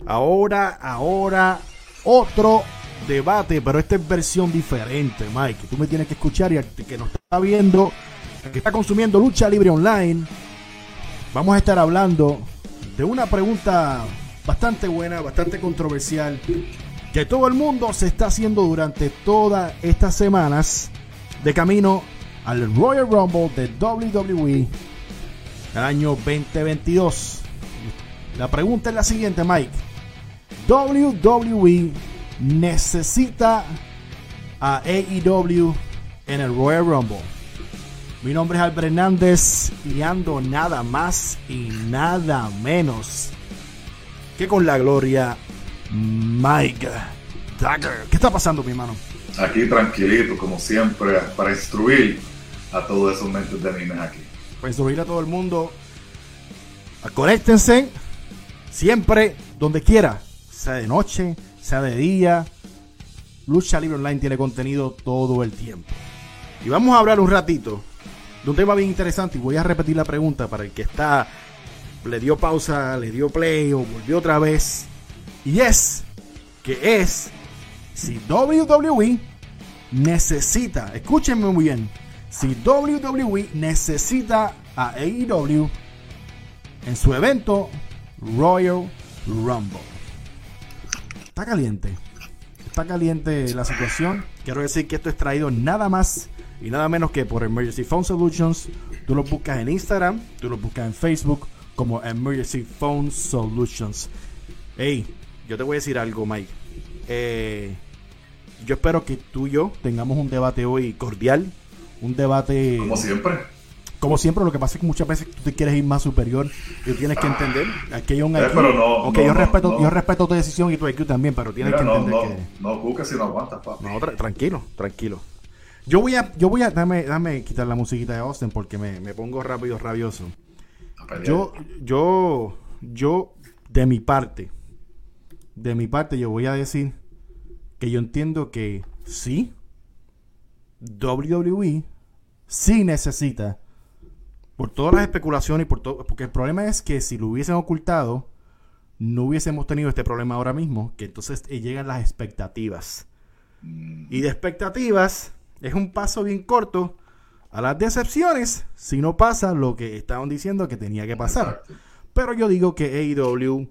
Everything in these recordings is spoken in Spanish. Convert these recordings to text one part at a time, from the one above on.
Ahora, otro debate, pero esta es versión diferente, Mike. Tú me tienes que escuchar y que nos está viendo, que está consumiendo Lucha Libre Online. Vamos a estar hablando de una pregunta bastante buena, bastante controversial, que todo el mundo se está haciendo durante todas estas semanas de camino al Royal Rumble de WWE el año 2022. La pregunta es la siguiente, Mike. WWE necesita a AEW en el Royal Rumble. Mi nombre es Albert Hernández y ando nada más y nada menos que con la gloria Mike Dagger. ¿Qué está pasando, mi hermano? Aquí tranquilito, como siempre, para instruir a todos esos mentes de niños aquí. Para instruir a todo el mundo. Conéctense siempre, donde quiera, sea de noche, sea de día. Lucha Libre Online tiene contenido todo el tiempo. Y vamos a hablar un ratito de un tema bien interesante, y voy a repetir la pregunta para el que está, le dio pausa, le dio play o volvió otra vez. Y es si WWE necesita, escúchenme muy bien, si WWE necesita a AEW en su evento Royal Rumble. Está caliente la situación. Quiero decir que esto es traído nada más y nada menos que por Emergency Phone Solutions. Tú lo buscas en Instagram, tú lo buscas en Facebook como Emergency Phone Solutions. Hey, yo te voy a decir algo, Mike. Yo espero que tú y yo tengamos un debate hoy cordial. Un debate... Como siempre, lo que pasa es que muchas veces tú te quieres ir más superior y tú tienes que entender que hay un IQ. Yo respeto tu decisión y tu IQ también, pero tienes que entender que... No busques si no aguantas, papi. No, tranquilo. Yo voy a dame quitar la musiquita de Austin porque me pongo rápido, rabioso. Yo de mi parte, yo voy a decir que yo entiendo que sí, WWE sí necesita, por todas las especulaciones y por todo, porque el problema es que si lo hubiesen ocultado, no hubiésemos tenido este problema ahora mismo, que entonces llegan las expectativas. Y de expectativas es un paso bien corto a las decepciones si no pasa lo que estaban diciendo que tenía que pasar. Exacto. Pero yo digo que AEW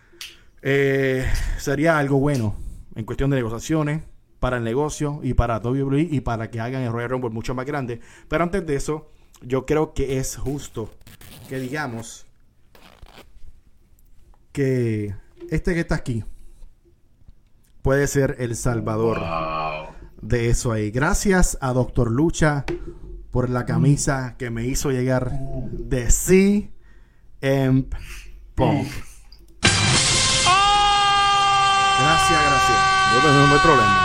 sería algo bueno en cuestión de negociaciones para el negocio y para WWE y para que hagan el Royal Rumble mucho más grande. Pero antes de eso, yo creo que es justo que digamos que este que está aquí puede ser el salvador de eso ahí. Gracias a Dr. Lucha por la camisa que me hizo llegar de CM Punk. Gracias. No hay problema.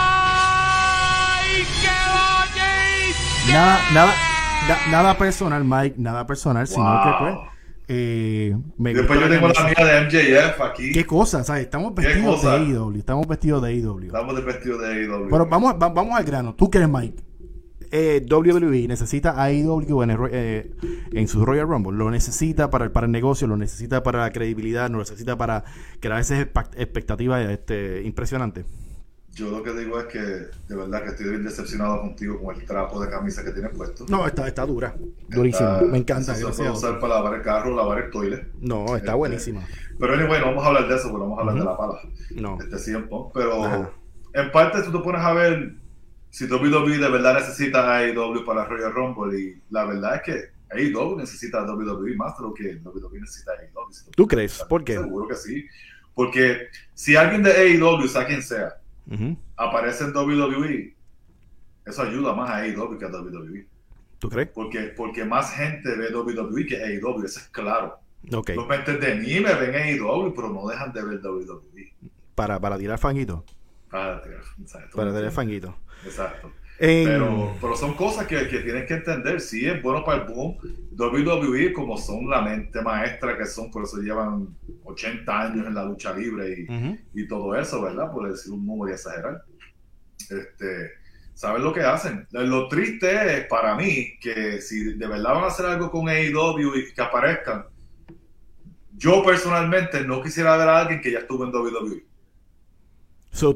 Nada personal, Mike, nada personal, sino que pues después yo tengo la mía de MJF aquí. ¿Qué cosa? ¿Sabes? Estamos vestidos de AEW. Estamos vestidos de AEW. Pero vamos al grano. ¿Tú crees, Mike? WWE necesita a AEW en su Royal Rumble. Lo necesita para el negocio, lo necesita para la credibilidad, lo necesita para crear esas expectativas impresionantes. Yo lo que digo es que de verdad que estoy bien decepcionado contigo con el trapo de camisa que tienes puesto. No, está dura. Durísima. Me encanta. Se puede usar para lavar el carro, lavar el toilet. No, está buenísima. Pero anyway, no vamos a hablar de eso, porque vamos a hablar de la pala. No. Tiempo. Pero en parte tú te pones a ver si WWE de verdad necesita a AEW para Royal Rumble, y la verdad es que AEW necesita a WWE más de lo que WWE necesita a AEW. ¿Tú crees? ¿Por qué? Seguro que sí. Porque si alguien de AEW, sea quien sea, aparece en WWE, eso ayuda más a AEW que a WWE. ¿Tú crees? Porque más gente ve WWE que AEW, eso es claro. Okay. Los mentes de anime ven AEW, pero no dejan de ver WWE. Para tirar fanguito. Para tirar fanguito. Exacto. Pero son cosas que tienes que entender. Sí, es bueno para el boom. WWE, como son la mente maestra que son, por eso llevan 80 años en la lucha libre y todo eso, ¿verdad? Por decir un número y exagerar. ¿Saben lo que hacen? Lo triste es para mí que si de verdad van a hacer algo con AEW y que aparezcan, yo personalmente no quisiera ver a alguien que ya estuvo en WWE. So,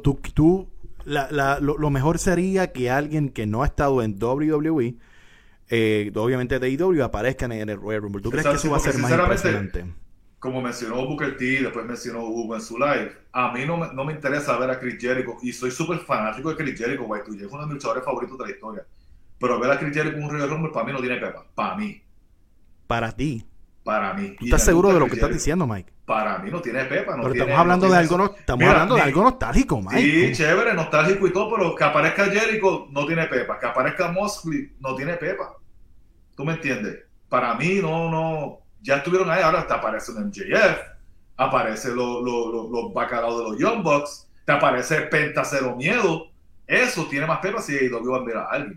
lo mejor sería que alguien que no ha estado en WWE, obviamente de AEW, aparezca en el Royal Rumble. ¿Tú crees que eso va a ser más impresionante? Como mencionó Booker T, después mencionó Hugo en su live, a mí no me interesa ver a Chris Jericho, y soy súper fanático de Chris Jericho, güey, tú es uno de mis luchadores favoritos de la historia, pero ver a Chris Jericho en un Royal Rumble para mí no tiene pepa, para mí. Para ti. Para mí. ¿Tú estás seguro de lo que estás diciendo, Mike? Para mí no tiene pepa. Pero estamos hablando de algo nostálgico, Mike. Sí, chévere, nostálgico y todo, pero que aparezca Jericho no tiene pepa. Que aparezca Moxley no tiene pepa. ¿Tú me entiendes? Para mí no. Ya estuvieron ahí, ahora te aparece un MJF, aparece los bacalaos de los Young Bucks, te aparece Penta Cero Miedo. Eso tiene más pepa si AEW va a ver a alguien.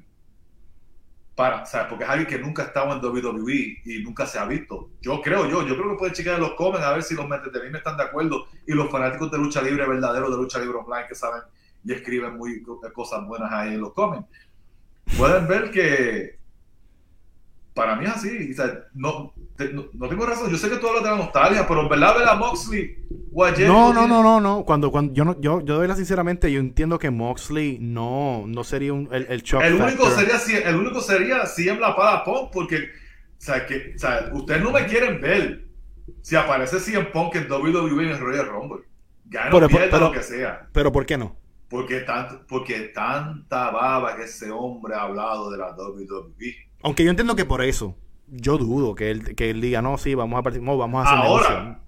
Porque es alguien que nunca ha estado en WWE y nunca se ha visto. Yo creo que pueden checar en los comments a ver si los mentes de mí me están de acuerdo, y los fanáticos de lucha libre verdaderos, de lucha libre online, que saben y escriben cosas buenas ahí en los comments, pueden ver que para mí es así. O sea, no tengo razón. Yo sé que tú hablas de la nostalgia, pero en verdad ver a Moxley o a Jericho... No. Cuando yo de verdad, sinceramente, yo entiendo que Moxley no sería el shock el único factor. sería CM La Pala Punk, porque ustedes no me quieren ver si aparece CM Punk en WWE en el Royal Rumble. Gana, pierda, lo que sea. Pero ¿por qué no? Porque tanta baba que ese hombre ha hablado de la WWE. Aunque yo entiendo que por eso, yo dudo que él diga, no, sí, vamos a participar, vamos a hacer ahora, negocio.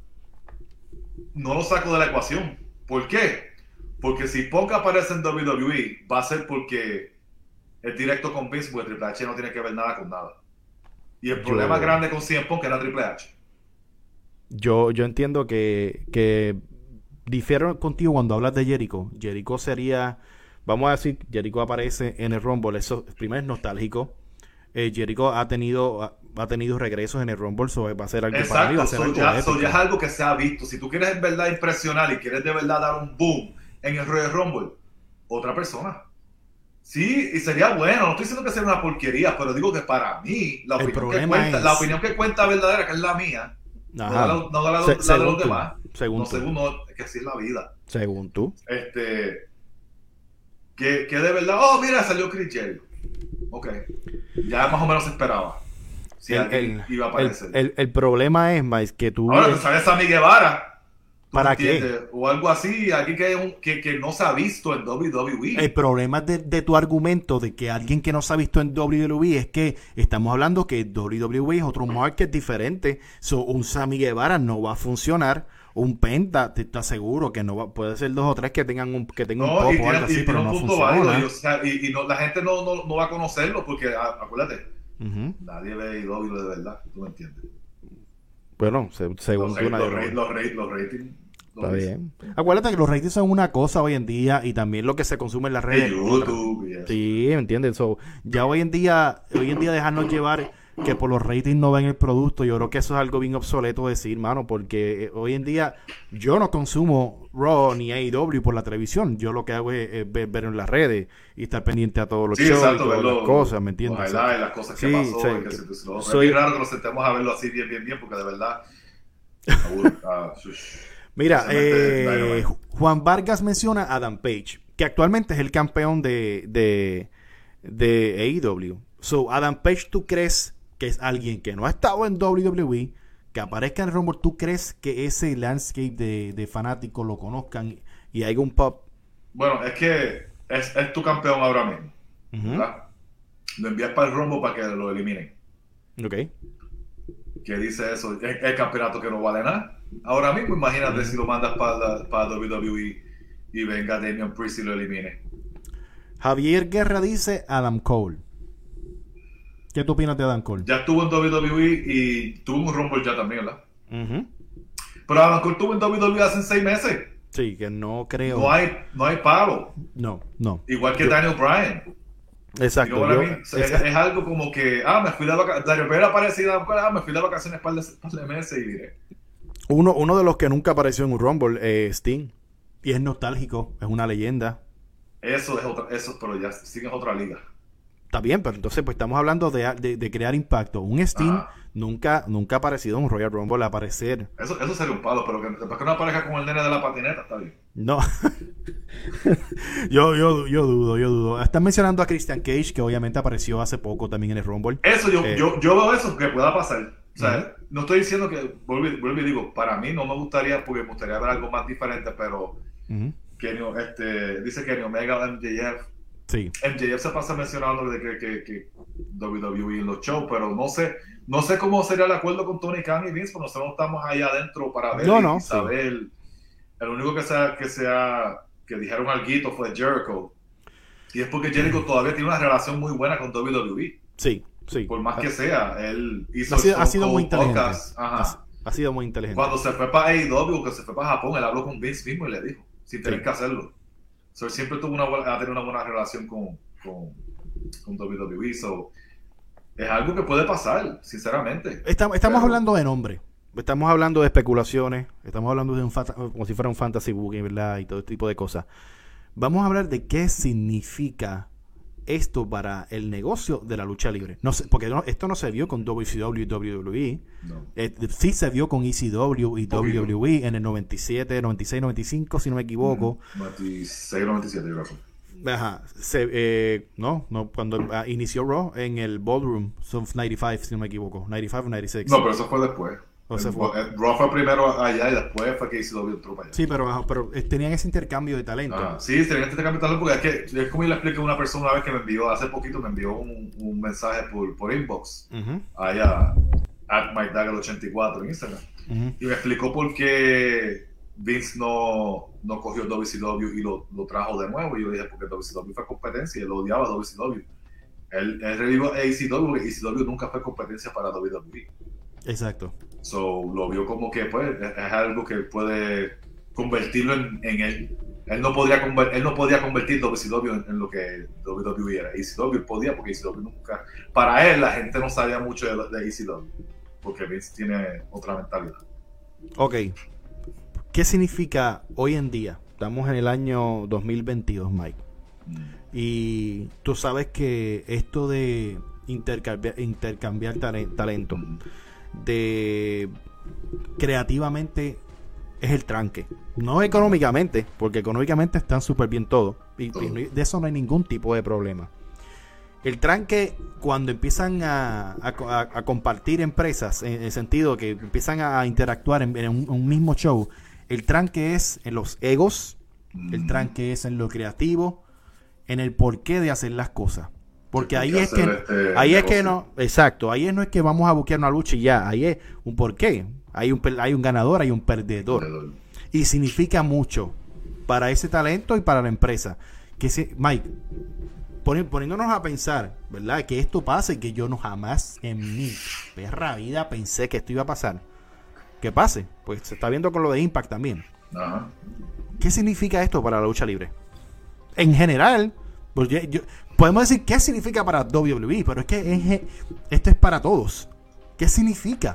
No lo saco de la ecuación. ¿Por qué? Porque si Punk aparece en WWE, va a ser porque es directo con Vince, porque Triple H no tiene que ver nada con nada. Y el problema grande con CM Punk era Triple H. Yo entiendo que difiero contigo cuando hablas de Jericho. Jericho sería, vamos a decir, Jericho aparece en el Rumble, eso primero es nostálgico. Jericho ha tenido regresos en el Rumble, so va a ser algo para mí, va a ser algo épico. Ya es algo que se ha visto. Si tú quieres en verdad impresionar y quieres de verdad dar un boom en el Royal Rumble, otra persona. Sí, y sería bueno. No estoy diciendo que sea una porquería, pero digo que para mí la opinión que cuenta verdadera, que es la mía, ajá, no la de los demás. Según es que así es la vida. Según tú. Que de verdad, mira, salió Chris Jericho. Ok, ya más o menos se esperaba si alguien iba a aparecer. El problema es, Mike, que tú... Ahora te sale Sammy Guevara. ¿Para qué? O algo así, alguien que no se ha visto en WWE. El problema de tu argumento de que alguien que no se ha visto en WWE es que estamos hablando que WWE es otro market diferente. Un Sammy Guevara no va a funcionar. Un Penta, te aseguro que no va, puede ser 2 o 3 que tengan un pop o algo así, pero no funciona. Y la gente no va a conocerlo porque, acuérdate, nadie ve IW de verdad, tú me entiendes. Bueno, según tú, los ratings. Está bien. Acuérdate que los ratings son una cosa hoy en día y también lo que se consume en las redes. YouTube, sí, ¿me entiendes? Ya hoy en día dejarnos llevar que por los ratings no ven el producto, yo creo que eso es algo bien obsoleto decir, mano, porque hoy en día yo no consumo Raw ni AEW por la televisión, yo lo que hago es ver en las redes y estar pendiente a todos los shows y todas las cosas, ¿me entiendes? Las cosas que pasó, es raro que nos sentemos a verlo así bien, porque de verdad... Mira, Juan Vargas menciona a Adam Page, que actualmente es el campeón de AEW. So, Adam Page, ¿tú crees que es alguien que no ha estado en WWE, que aparezca en el Rumble? ¿Tú crees que ese landscape de fanáticos lo conozcan y hay un pop? Bueno, es que es tu campeón ahora mismo, ¿verdad? Lo envías para el Rumble para que lo eliminen. Ok. ¿Qué dice eso? Es el campeonato que no vale nada. Ahora mismo, imagínate si lo mandas para WWE y venga Damian Priest y lo elimine. Javier Guerra dice Adam Cole. ¿Qué tú opinas de Adam Cole? Ya estuvo en WWE y tuvo un Rumble ya también, ¿verdad? Pero Adam Cole estuvo en WWE hace 6 meses. Sí, que no creo. No hay palo. No. Igual que Daniel Bryan. Exacto. Es algo como que, me fui de vacaciones. Daniel Bryan apareció y Adam Cole, me fui de vacaciones par de meses y diré. Uno de los que nunca apareció en un Rumble es Sting. Y es nostálgico, es una leyenda. Eso, pero ya Sting es otra liga. Está bien, pero entonces pues estamos hablando de crear impacto. Un Sting nunca ha aparecido en un Royal Rumble a aparecer. Eso sería un palo, pero después que no aparezca con el nene de la patineta, está bien. No. yo dudo. Están mencionando a Christian Cage, que obviamente apareció hace poco también en el Rumble. Eso, yo veo eso que pueda pasar. O sea, no estoy diciendo que, vuelvo y digo, para mí no me gustaría, porque me gustaría ver algo más diferente, pero dice Kenny Omega o MJF. Sí. MJF se pasa mencionando de que WWE en los shows, pero no sé cómo sería el acuerdo con Tony Khan y Vince, porque nosotros no estamos ahí adentro para ver y saber. Sí. El único que dijeron alguito fue Jericho, y es porque Jericho todavía tiene una relación muy buena con WWE. Sí. Por más que sea, él hizo ha sido muy inteligente. Ha sido muy inteligente. Cuando se fue para AEW, que se fue para Japón, él habló con Vince mismo y le dijo, sin tener que hacerlo. So, él siempre ha tenido una buena relación con WWE. So, es algo que puede pasar, sinceramente. Estamos hablando de nombre. Estamos hablando de especulaciones. Estamos hablando de como si fuera un fantasy booking, ¿verdad? Y todo tipo de cosas. Vamos a hablar de qué significa esto para el negocio de la lucha libre. No sé, porque esto no se vio con WCW y WWE. No. Sí se vio con ECW y WWE en el 97, 96, 95, si no me equivoco. 96, 97, yo creo. Ajá. No, cuando inició Raw en el Ballroom of 95, si no me equivoco. 95 o 96. No, pero eso fue después. Raw fue primero allá y después fue que ECW entró para allá. Sí, pero tenían ese intercambio de talento. Sí, tenían ese intercambio de talento porque es como yo le expliqué a una persona una vez que me envió, hace poquito me envió un mensaje por inbox allá at MikeDagger84 en Instagram. Y me explicó por qué Vince no cogió WCW y lo trajo de nuevo. Y yo dije, porque WCW fue competencia y él odiaba a WCW. Él revivió a ECW porque ECW nunca fue competencia para WWE. Exacto. So, lo vio como que pues es algo que puede convertirlo en él. Él no podía convertir WCW en lo que WWE era. ECW podía, porque ECW nunca... Para él, la gente no sabía mucho de ECW, porque Vince tiene otra mentalidad. Ok. ¿Qué significa hoy en día? Estamos en el año 2022, Mike. Y tú sabes que esto de intercambiar talento... de creativamente es el tranque, no económicamente, porque económicamente están súper bien todos y de eso no hay ningún tipo de problema. El tranque, cuando empiezan a compartir empresas, en el sentido que empiezan a interactuar en un mismo show, el tranque es en los egos, el tranque es en lo creativo, en el porqué de hacer las cosas. Porque ahí es que no, exacto, ahí no es que vamos a buquear una lucha y ya, ahí es un porqué, hay un ganador, hay un perdedor. Y significa mucho para ese talento y para la empresa. Mike, poniéndonos a pensar, ¿verdad? Que esto pase, que yo no jamás en mi perra vida pensé que esto iba a pasar. Que pase, pues se está viendo con lo de Impact también. Ajá. ¿Qué significa esto para la lucha libre? En general, pues podemos decir qué significa para WWE, pero es que esto es para todos. ¿Qué significa?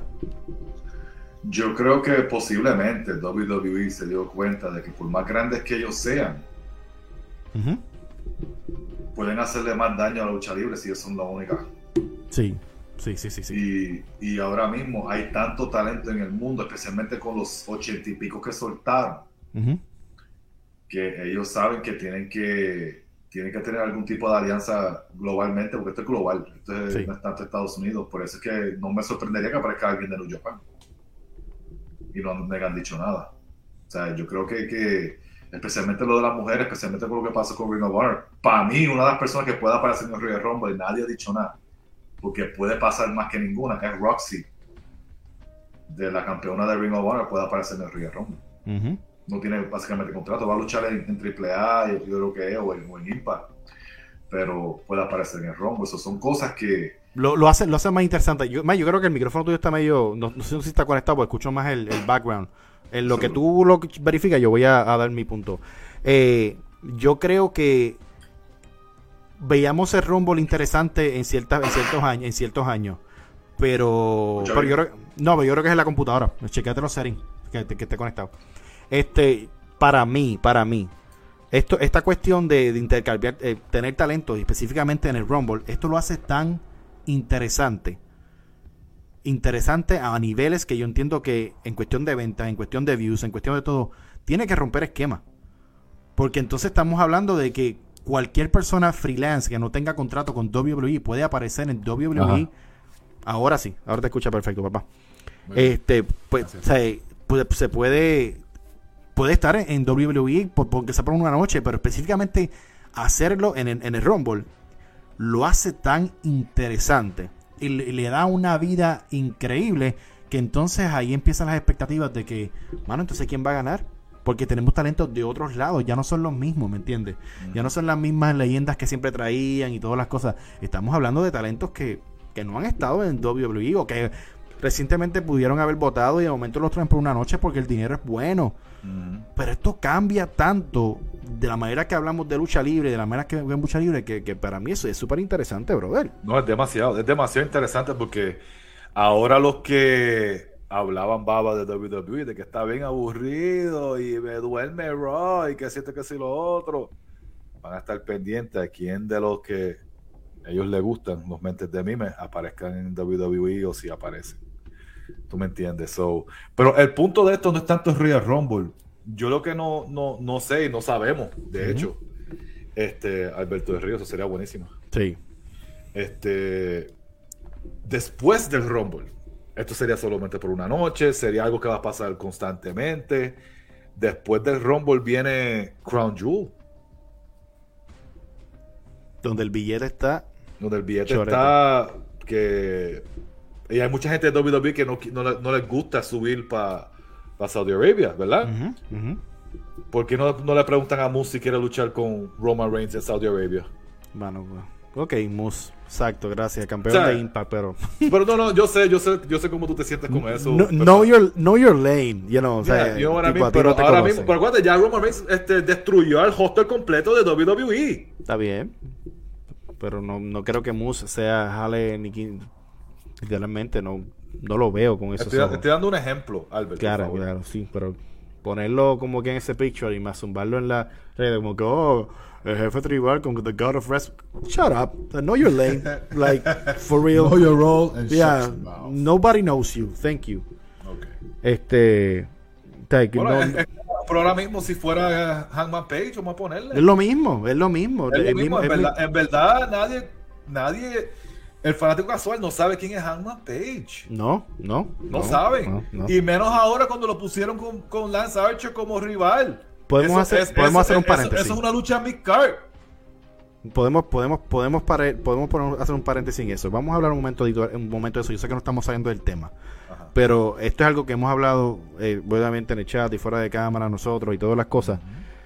Yo creo que posiblemente WWE se dio cuenta de que por más grandes que ellos sean, pueden hacerle más daño a la lucha libre si ellos son la única. Sí. Y ahora mismo hay tanto talento en el mundo, especialmente con los 80 y pico que soltaron, que ellos saben que tienen que tener algún tipo de alianza globalmente, porque esto es global, esto no es tanto Estados Unidos. Por eso es que no me sorprendería que aparezca alguien de New Japan y no me han dicho nada. O sea, yo creo que especialmente lo de las mujeres, especialmente con lo que pasó con Ring of Honor, para mí una de las personas que puede aparecer en el Royal Rumble y nadie ha dicho nada, porque puede pasar más que ninguna, es Roxy, de la campeona de Ring of Honor, puede aparecer en el Royal Rumble. No tiene básicamente contrato, va a luchar en AAA, yo creo que es, o en Impact, pero puede aparecer en el Rumble. Eso son cosas que lo hace más interesante. Yo creo que el micrófono tuyo está medio, no sé si está conectado, porque escucho más el background. En lo que tú lo verificas, yo voy a dar mi punto. Yo creo que veíamos el Rumble interesante en ciertos años, pero yo creo que es en la computadora. Chequéate los settings que esté conectado. Para mí, esta cuestión de intercambiar, tener talento, específicamente en el Rumble, esto lo hace tan interesante a niveles que yo entiendo que en cuestión de ventas, en cuestión de views, en cuestión de todo, tiene que romper esquemas. Porque entonces estamos hablando de que cualquier persona freelance que no tenga contrato con WWE puede aparecer en WWE. Ajá. Ahora sí, ahora te escucha perfecto, papá. Pues se puede estar en WWE porque se pone una noche, pero específicamente hacerlo en el Rumble lo hace tan interesante y le da una vida increíble que entonces ahí empiezan las expectativas de que, mano, entonces ¿quién va a ganar? Porque tenemos talentos de otros lados, ya no son los mismos, ¿me entiendes? Ya no son las mismas leyendas que siempre traían y todas las cosas. Estamos hablando de talentos que no han estado en WWE o que recientemente pudieron haber votado y de momento los traen por una noche porque el dinero es bueno. Pero esto cambia tanto de la manera que hablamos de lucha libre, de la manera que vemos lucha libre, que para mí eso es súper interesante, brother. No, es demasiado interesante porque ahora los que hablaban baba de WWE, de que está bien aburrido y me duerme Raw y que si esto, que si lo otro, van a estar pendientes a quién de los que ellos les gustan, los mentes de mí, aparezcan en WWE o si aparecen. ¿Tú me entiendes? Pero el punto de esto no es tanto el Royal Rumble. Yo lo que no sé y no sabemos, de hecho, Alberto de Ríos, eso sería buenísimo. Sí. Después del Rumble, esto sería solamente por una noche, sería algo que va a pasar constantemente. Después del Rumble viene Crown Jewel. Donde el billete está. Y hay mucha gente de WWE que no les gusta subir para Saudi Arabia, ¿verdad? ¿Por qué no le preguntan a Moose si quiere luchar con Roman Reigns en Saudi Arabia? Bueno, ok, Moose, exacto, gracias, campeón de Impact, pero no, yo sé cómo tú te sientes con eso. Know your lane, you know, pero acuérdate, ya Roman Reigns destruyó al roster completo de WWE. Está bien, pero no creo que Moose sea Jale ni literalmente no lo veo con eso. Estoy dando un ejemplo, Albert. Claro, sí, pero ponerlo como que en ese picture y más zumbarlo en la red, como que, el jefe tribal con the God of Wrestling. Shut up, know your lane, like, for real. Know your role and shut your mouth. Nobody knows you, thank you. Okay. Pero ahora mismo si fuera Hangman Page, vamos a ponerle. Es lo mismo. En verdad, nadie, el fanático casual no sabe quién es Hangman Page. No saben. No. Y menos ahora cuando lo pusieron con Lance Archer como rival. Podemos hacer un paréntesis. Eso es una lucha mid-card. Podemos hacer un paréntesis en eso. Vamos a hablar un momento de eso. Yo sé que no estamos saliendo del tema. Ajá. Pero esto es algo que hemos hablado obviamente en el chat y fuera de cámara nosotros y todas las cosas.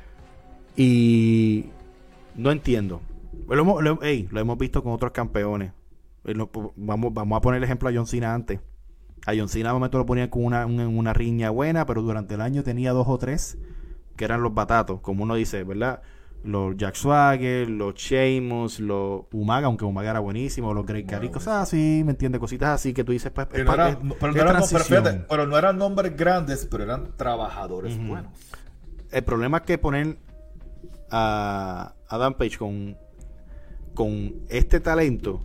Y no entiendo. Lo hemos visto con otros campeones. Vamos a poner el ejemplo a John Cena antes. A John Cena al momento lo ponían con una riña buena, pero durante el año tenía 2 o 3 que eran los batatos, como uno dice, ¿verdad? Los Jack Swagger, los Sheamus, los Umaga, aunque Umaga era buenísimo, los Great Khali, cosas así, ¿me entiendes? Cositas así que tú dices, pues, pero no eran nombres grandes, pero eran trabajadores buenos. El problema es que poner a Adam Page con este talento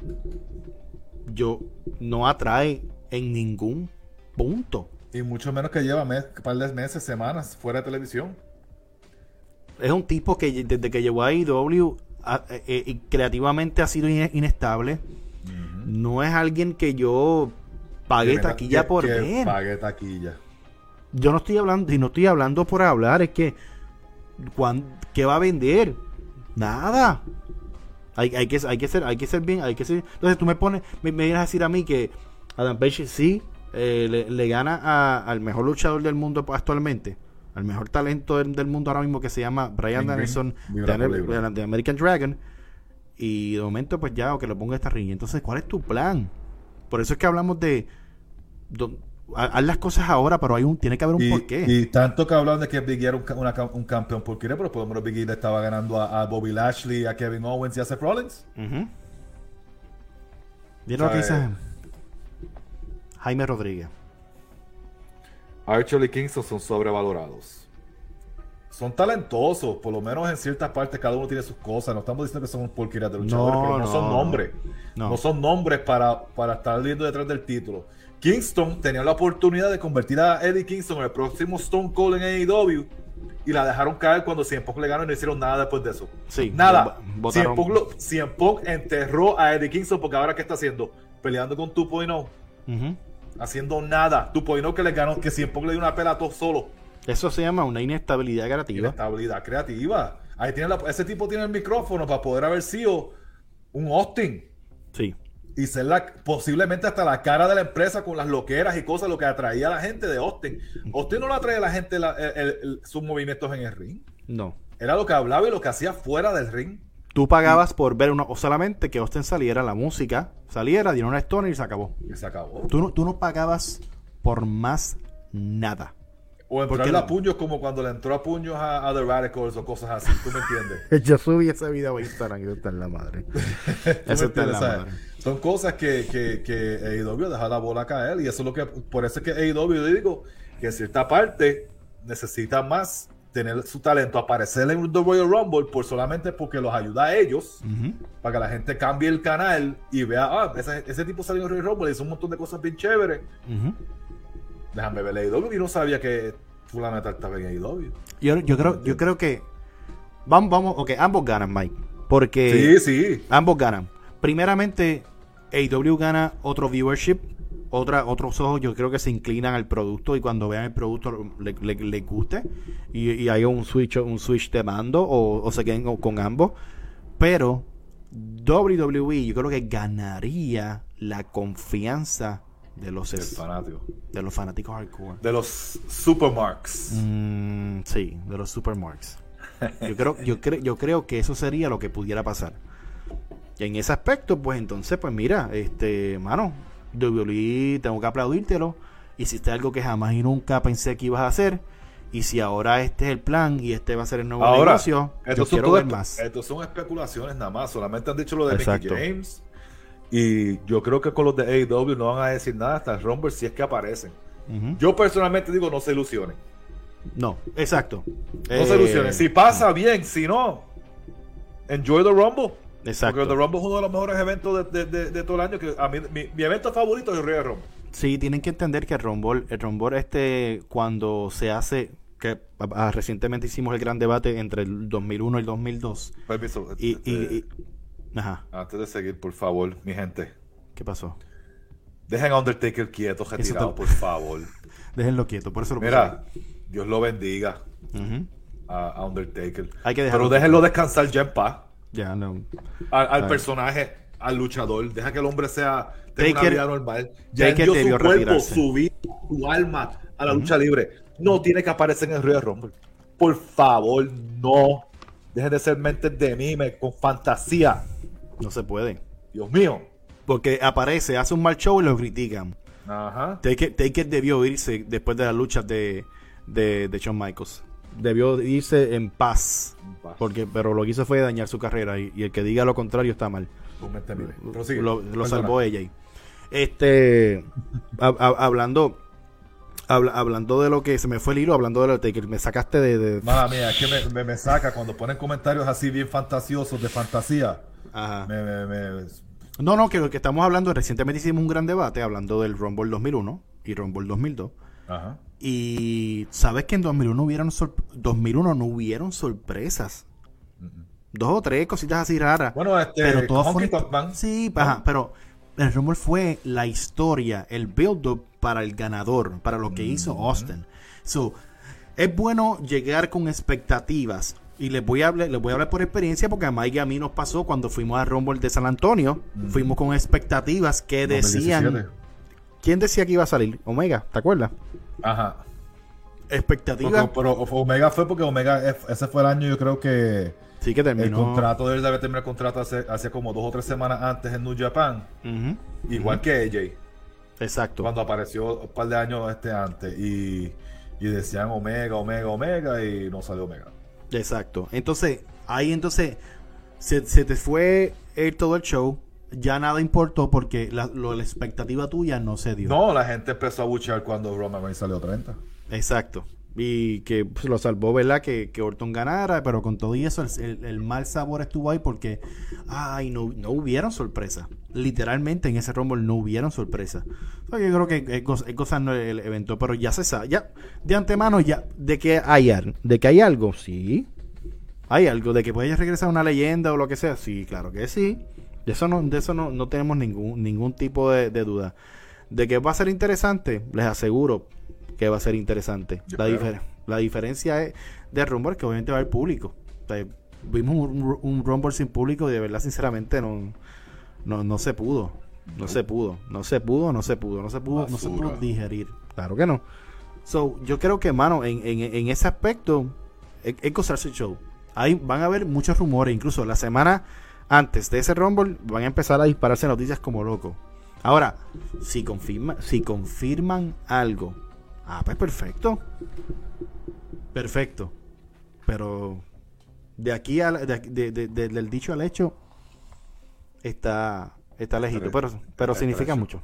no atrae en ningún punto. Y mucho menos que lleva un par de meses, semanas fuera de televisión. Es un tipo que desde que llegó a AEW creativamente ha sido inestable. No es alguien que yo pague taquilla por ver. Pague taquilla. Yo no estoy hablando por hablar, es que ¿qué va a vender? Nada. Hay que ser bien, entonces tú me vienes a decir a mí que Adam Page sí le gana al mejor luchador del mundo actualmente, al mejor talento del mundo ahora mismo, que se llama Bryan Danielson de American Dragon, y de momento pues ya, que lo ponga esta riña. Entonces, ¿cuál es tu plan? Por eso es que hablamos de haz las cosas ahora, pero tiene que haber un porqué. Y tanto que hablan de que Big E era un campeón porquería, pero por lo menos Big E le estaba ganando a Bobby Lashley, a Kevin Owens y a Seth Rollins. ¿Vieron lo que dice Jaime Rodríguez? Archer y Kingston son sobrevalorados. son talentosos, por lo menos en ciertas partes cada uno tiene sus cosas. No estamos diciendo que son porquerías de luchadores, pero no son nombres. No son nombres para estar liendo detrás del título. Kingston tenía la oportunidad de convertir a Eddie Kingston en el próximo Stone Cold en AEW y la dejaron caer cuando CM Punk le ganó y no hicieron nada después de eso. Sí, nada. CM Punk enterró a Eddie Kingston porque ahora ¿qué está haciendo? Peleando con 2.0. Haciendo nada. 2.0 que le ganó, que CM Punk le dio una pela a todos solo. Eso se llama una inestabilidad creativa. Inestabilidad creativa. Ahí tiene ese tipo tiene el micrófono para poder haber sido un Austin. Sí. Y ser posiblemente hasta la cara de la empresa con las loqueras y cosas, lo que atraía a la gente de Austin. Austin no le atraía a la gente sus movimientos en el ring. No. Era lo que hablaba y lo que hacía fuera del ring. Tú pagabas por ver o solamente que Austin saliera, la música saliera, dieron una stoner y se acabó. Y se acabó. Tú no pagabas por más nada. O entrarle a puños como cuando le entró a puños a The Radicals o cosas así, ¿tú me entiendes? Yo subí ese video a Instagram y eso está en la madre. Eso está en la madre. Son cosas que AEW deja la bola caer y eso es lo que, por eso es que AEW, digo, que en cierta parte necesita más tener su talento, aparecer en The Royal Rumble solamente porque los ayuda a ellos, para que la gente cambie el canal y vea, ese tipo salió en Royal Rumble y hizo un montón de cosas bien chéveres. Déjame ver AEW y no sabía que fulano estaba en AEW. Yo creo que vamos, ok, ambos ganan, Mike, porque sí. Ambos ganan. Primeramente, AEW gana otro viewership, otros ojos, yo creo que se inclinan al producto y cuando vean el producto le guste y hay un switch de mando o se queden con ambos. Pero WWE yo creo que ganaría la confianza de los fanáticos hardcore, de los supermarks. Sí, de los supermarks. Yo creo que eso sería lo que pudiera pasar. Y en ese aspecto, pues entonces, pues mira, mano, WWE, tengo que aplaudírtelo. Hiciste algo que jamás y nunca pensé que ibas a hacer. Y si ahora este es el plan y este va a ser el nuevo negocio, yo quiero ver más. Estos son especulaciones nada más. Solamente han dicho lo de Mickie James. Y yo creo que con los de AEW no van a decir nada hasta el Rumble si es que aparecen. Yo personalmente digo, no se ilusionen. No, exacto. No se ilusionen. Si pasa bien, si no, enjoy the Rumble. Exacto. Porque el Rumble es uno de los mejores eventos de todo el año. Que a mí, mi evento favorito es el Royal Rumble. Sí, tienen que entender que el Rumble cuando se hace, que recientemente hicimos el gran debate entre el 2001 y el 2002. Permiso. Ajá. Antes de seguir, por favor, mi gente. ¿Qué pasó? Dejen a Undertaker quieto, retirado, por favor. Déjenlo quieto, por eso lo Mira, Dios lo bendiga a Undertaker. Hay que dejarlo. Pero déjenlo descansar ya en paz. Ya, no. Al personaje, al luchador. Deja que el hombre tenga una vida normal. Ya Taker dio debió su cuerpo, retirarse. su vida, su alma a la lucha libre. No tiene que aparecer en el Royal Rumble. Por favor, no. Dejen de ser mentes de mime con fantasía. No se puede. Dios mío. Porque aparece, hace un mal show y lo critican. Ajá. Taker debió irse después de las luchas de Shawn Michaels. Debió irse en paz. Pero lo que hizo fue dañar su carrera. Y el que diga lo contrario está mal. Lo salvó ella. Hablando de lo que se me fue el hilo, hablando de lo de Taker, me sacaste de... Madre mía, es que me saca cuando ponen comentarios así bien fantasiosos de fantasía. Ajá. No, que lo que estamos hablando, recientemente hicimos un gran debate hablando del Rumble 2001 y Rumble 2002. Ajá. Y sabes que en 2001 no hubieron sorpresas. 2 o 3 cositas así raras. Bueno, pero todas fueron... Sí, ajá, pero el Rumble fue la historia, el build-up para el ganador, para lo que hizo Austin. So, es bueno llegar con expectativas. Y les voy a hablar por experiencia, porque a Mike y a mí nos pasó cuando fuimos a Rumble de San Antonio. Fuimos con expectativas que decían... 2017. ¿Quién decía que iba a salir? Omega, ¿te acuerdas? Ajá. Expectativas. Pero Omega fue porque Omega, ese fue el año, yo creo que... Sí, que terminó. El contrato de él debe terminar el contrato hace como 2 o 3 semanas antes en New Japan. Igual que AJ. Exacto. Cuando apareció un par de años antes. Y decían Omega y no salió Omega. Exacto. Entonces, ahí se te fue todo el show. Ya nada importó porque la expectativa tuya no se dio. No, la gente empezó a buchear cuando Roman Reigns salió 30. Exacto. Y que pues, lo salvó, ¿verdad? Que Orton ganara, pero con todo y eso el mal sabor estuvo ahí porque no hubieron sorpresas. Literalmente en ese Rumble no hubieron sorpresas. Yo creo que es gozando el evento, pero ya se sabe, ya de antemano ya de que hay algo, sí. Hay algo, de que puede regresar una leyenda o lo que sea, sí, claro que sí. De eso no tenemos ningún tipo de duda. De que va a ser interesante, les aseguro que va a ser interesante. La diferencia es de Rumble, que obviamente va al público. O sea, vimos un Rumble sin público y de verdad, sinceramente, no se pudo. No se pudo digerir. Claro que no. So, yo creo que, mano, en ese aspecto, es gozarse el show. Ahí van a haber muchos rumores. Incluso la semana antes de ese Rumble van a empezar a dispararse noticias como locos. Ahora, si confirman algo, pues perfecto. Pero de aquí del dicho al hecho está lejito, pero significa mucho.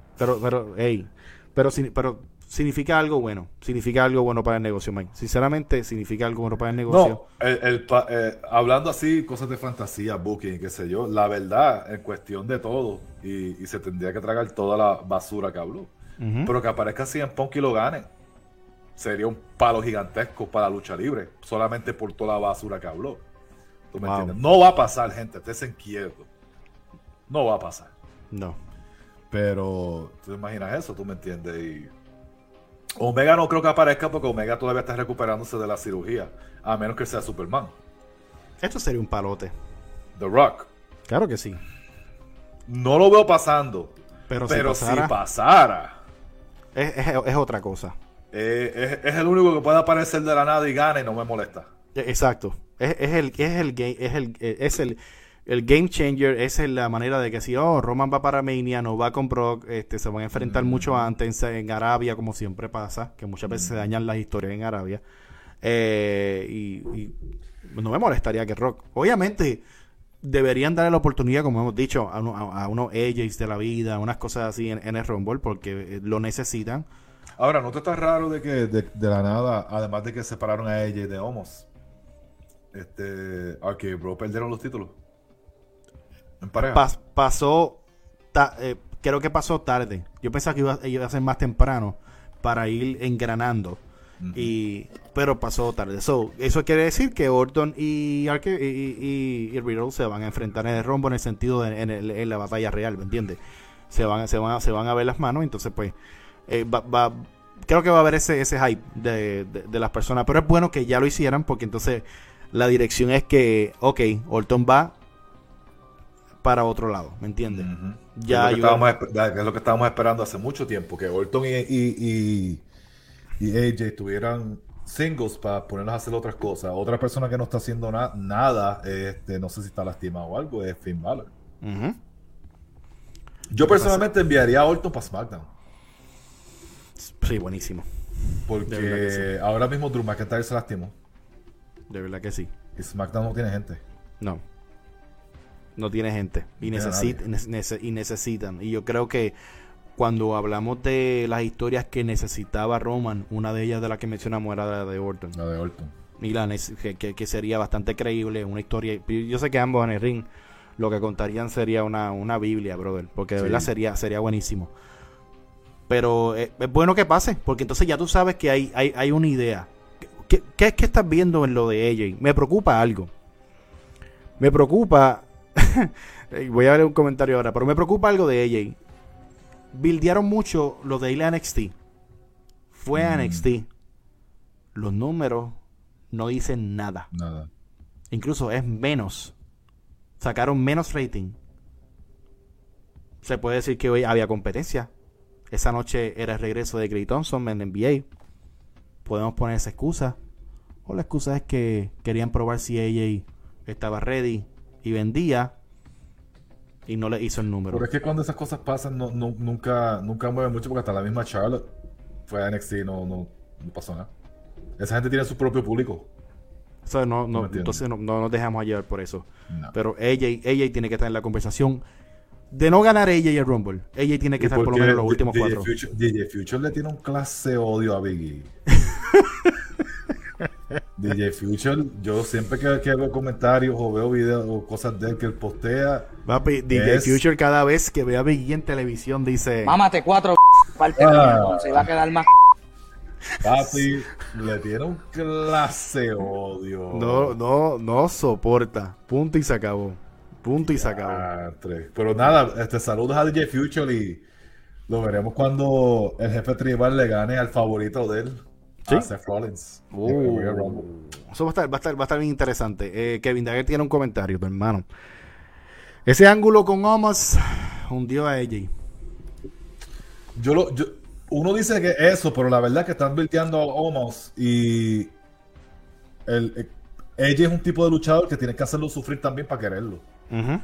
Pero significa algo bueno. Significa algo bueno para el negocio, Mike. Sinceramente, significa algo bueno para el negocio. No, hablando así, cosas de fantasía, booking, qué sé yo, la verdad, en cuestión de todo, y se tendría que tragar toda la basura que habló. Uh-huh. Pero que aparezca así en Punk y lo gane, sería un palo gigantesco para la lucha libre, solamente por toda la basura que habló. ¿Tú me entiendes? No va a pasar, gente, estés quietos. No va a pasar. No. Pero, ¿tú te imaginas eso? ¿Tú me entiendes? Y Omega no creo que aparezca porque Omega todavía está recuperándose de la cirugía, a menos que sea Superman. Esto sería un palote. The Rock. Claro que sí. No lo veo pasando. Pero si pasara es otra cosa. Es el único que puede aparecer de la nada y gana y no me molesta. Exacto. Es el game changer. Es la manera de que si Roman va para Mania, no va con Brock, se van a enfrentar mucho antes en Arabia, como siempre pasa, que muchas veces se dañan las historias en Arabia. Y no me molestaría que Rock, obviamente, deberían darle la oportunidad, como hemos dicho, a unos AJs de la vida, unas cosas así en el Rumble, porque lo necesitan. Ahora, ¿no te está raro de que de la nada, además de que separaron a AJ de Omos, que Bro perdieron los títulos en pareja? Creo que pasó tarde. Yo pensaba que iba a ser más temprano para ir engranando. Uh-huh. Pero pasó tarde. Eso quiere decir que Orton y Riddle se van a enfrentar en el Rumble, en el sentido en la batalla real, ¿me entiendes? Se van a ver las manos. Entonces pues creo que va a haber ese hype de las personas. Pero es bueno que ya lo hicieran, porque entonces la dirección es que Orton va para otro lado, ¿me entiendes? Uh-huh. Es lo que estábamos esperando hace mucho tiempo, que Orton y AJ tuvieran singles para ponerlos a hacer otras cosas. Otra persona que no está haciendo nada, no sé si está lastimado o algo, es Finn Balor. Uh-huh. Yo personalmente enviaría a Orton para SmackDown. Sí, buenísimo. Porque sí. Ahora mismo Drew McIntyre se lastimó. De verdad que sí. Y SmackDown no tiene gente. No tiene gente. Y necesitan. Y yo creo que cuando hablamos de las historias que necesitaba Roman, una de ellas de las que mencionamos era la de Orton. La de Orton. Y que sería bastante creíble, una historia. Yo sé que ambos en el ring lo que contarían sería una Biblia, brother. Porque de verdad sería buenísimo. Pero es bueno que pase, porque entonces ya tú sabes que hay una idea. ¿Qué es que estás viendo en lo de AJ? Me preocupa algo. Me preocupa... Voy a ver un comentario ahora, pero me preocupa algo de AJ. Buildearon mucho lo de ir a NXT. Fue a NXT. Los números no dicen nada. Incluso es menos. Sacaron menos rating. Se puede decir que hoy había competencia. Esa noche era el regreso de Clay Thompson en NBA. Podemos poner esa excusa. O la excusa es que querían probar si AJ estaba ready y vendía, y no le hizo el número. Pero es que cuando esas cosas pasan nunca mueven mucho, porque hasta la misma Charlotte fue a NXT y no pasó nada. Esa gente tiene su propio público. Entonces no nos dejamos llevar por eso. No. Pero AJ tiene que estar en la conversación. De no ganar AJ el Rumble, AJ tiene que estar por lo menos en los últimos 4. DJ Future le tiene un clase odio a Biggie. DJ Future, yo siempre que hago comentarios o veo videos o cosas de él que él postea. Papi, DJ Future cada vez que ve a Biggie en televisión dice: mámate 4 parte se va a quedar más. Papi, le tiene un clase odio. No soporta. Punto y se acabó. Pero nada, saludos a DJ Future y lo veremos cuando el jefe tribal le gane al favorito de él. ¿Sí? A Seth Rollins. Eso va a estar bien interesante. Kevin Dagger tiene un comentario, tu hermano. Ese ángulo con Omos hundió a AJ. Uno dice que eso, pero la verdad es que están virteando a Omos y AJ es un tipo de luchador que tiene que hacerlo sufrir también para quererlo. Uh-huh.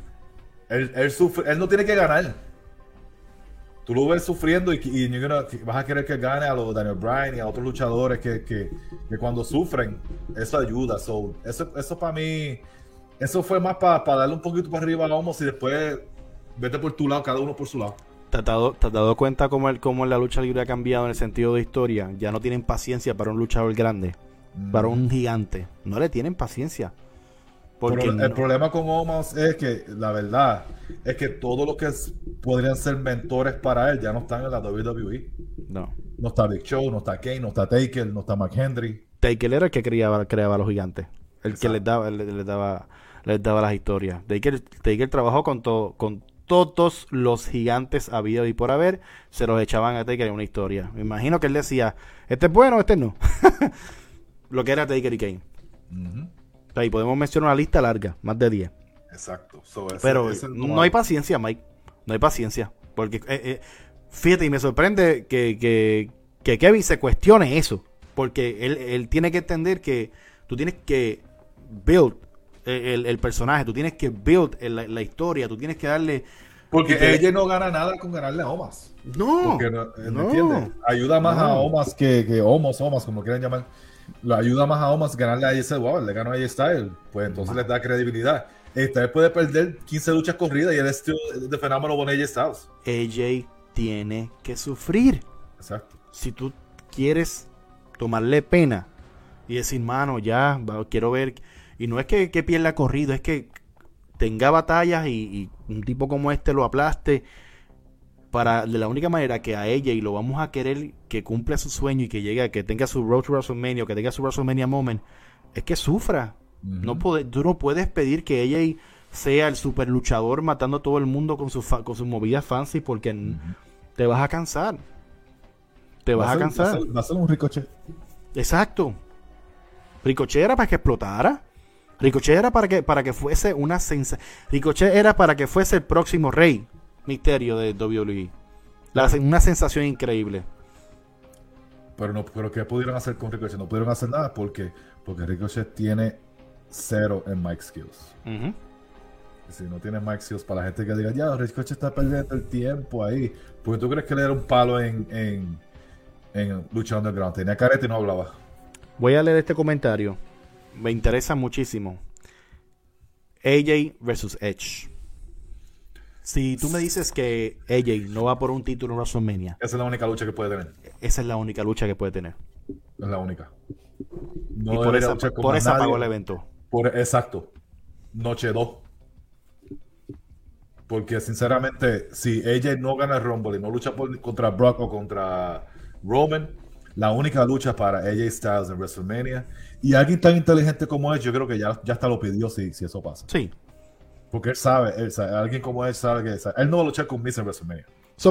Él no tiene que ganar. Tú lo ves sufriendo y vas a querer que gane a los Daniel Bryan y a otros luchadores que cuando sufren, eso ayuda. Eso para mí, eso fue más para darle un poquito para arriba a Omos y después vete por tu lado, cada uno por su lado. ¿Te has dado cuenta cómo la lucha libre ha cambiado en el sentido de historia? Ya no tienen paciencia para un luchador grande, para un gigante. No le tienen paciencia. Porque el problema con Omos es que, la verdad, es que todos los que podrían ser mentores para él ya no están en la WWE. No está Big Show, no está Kane, no está Taker, no está McHenry. Taker era el que creaba a los gigantes. El que les daba las historias. Taker trabajó con todos los gigantes habido y por haber. Se los echaban a Taker en una historia. Me imagino que él decía, este es bueno, este no. Lo que era Taker y Kane. Uh-huh. Y podemos mencionar una lista larga, más de 10. Exacto. Pero no hay paciencia, Mike. No hay paciencia. Porque, fíjate, y me sorprende que Kevin se cuestione eso. Porque él tiene que entender que tú tienes que build el personaje, tú tienes que build la historia, tú tienes que darle... Porque ella no gana nada con ganarle a Omos. No. Porque ¿me entiendes? Ayuda más a Omos que Omos, como quieran llamar. Lo ayuda más a Omos ganarle a AJ le ganó a AJ Styles, pues entonces les da credibilidad. Styles puede perder 15 luchas corridas y él es de fenómeno con AJ Styles. AJ tiene que sufrir. Exacto. Si tú quieres tomarle pena y decir, mano, ya, quiero ver, y no es que pierda corrido, es que tenga batallas y un tipo como este lo aplaste. De la única manera que a ella y lo vamos a querer que cumpla su sueño y que llegue, que tenga su Road to WrestleMania o que tenga su WrestleMania Moment, es que sufra. Uh-huh. Tú no puedes pedir que ella sea el super luchador matando a todo el mundo con sus movidas fancy porque te vas a cansar. Va a ser un Ricochet. Exacto. Ricochet era para que explotara. Ricochet era para que fuese una sensación. Ricochet era para que fuese el próximo Rey Misterio de WWE. Una sensación increíble. Pero ¿qué pudieron hacer con Ricochet? No pudieron hacer nada porque Ricochet tiene 0 en mic skills. Uh-huh. Si no tiene mic skills, para la gente que diga, ya, Ricochet está perdiendo el tiempo ahí. Porque tú crees que le era un palo en Lucha Underground. Tenía careta y no hablaba. Voy a leer este comentario. Me interesa muchísimo. AJ versus Edge. Si tú me dices que AJ no va por un título en WrestleMania, esa es la única lucha que puede tener. Esa es la única lucha que puede tener. Es la única. No y por esa pagó el evento. Exacto. Noche 2. Porque sinceramente, si AJ no gana el Rumble y no lucha contra Brock o contra Roman, la única lucha para AJ Styles en WrestleMania. Y alguien tan inteligente como él, yo creo que ya hasta lo pidió si eso pasa. Sí. Porque él sabe, alguien como él sabe que él no va a luchar con Miz en WrestleMania.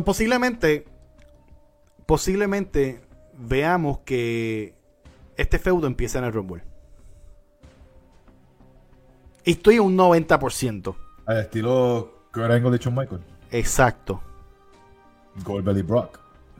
Posiblemente veamos que este feudo empieza en el Rumble. Y estoy un 90%. Al estilo Kurt Angle y Shawn Michaels. Exacto. Goldberg y Brock.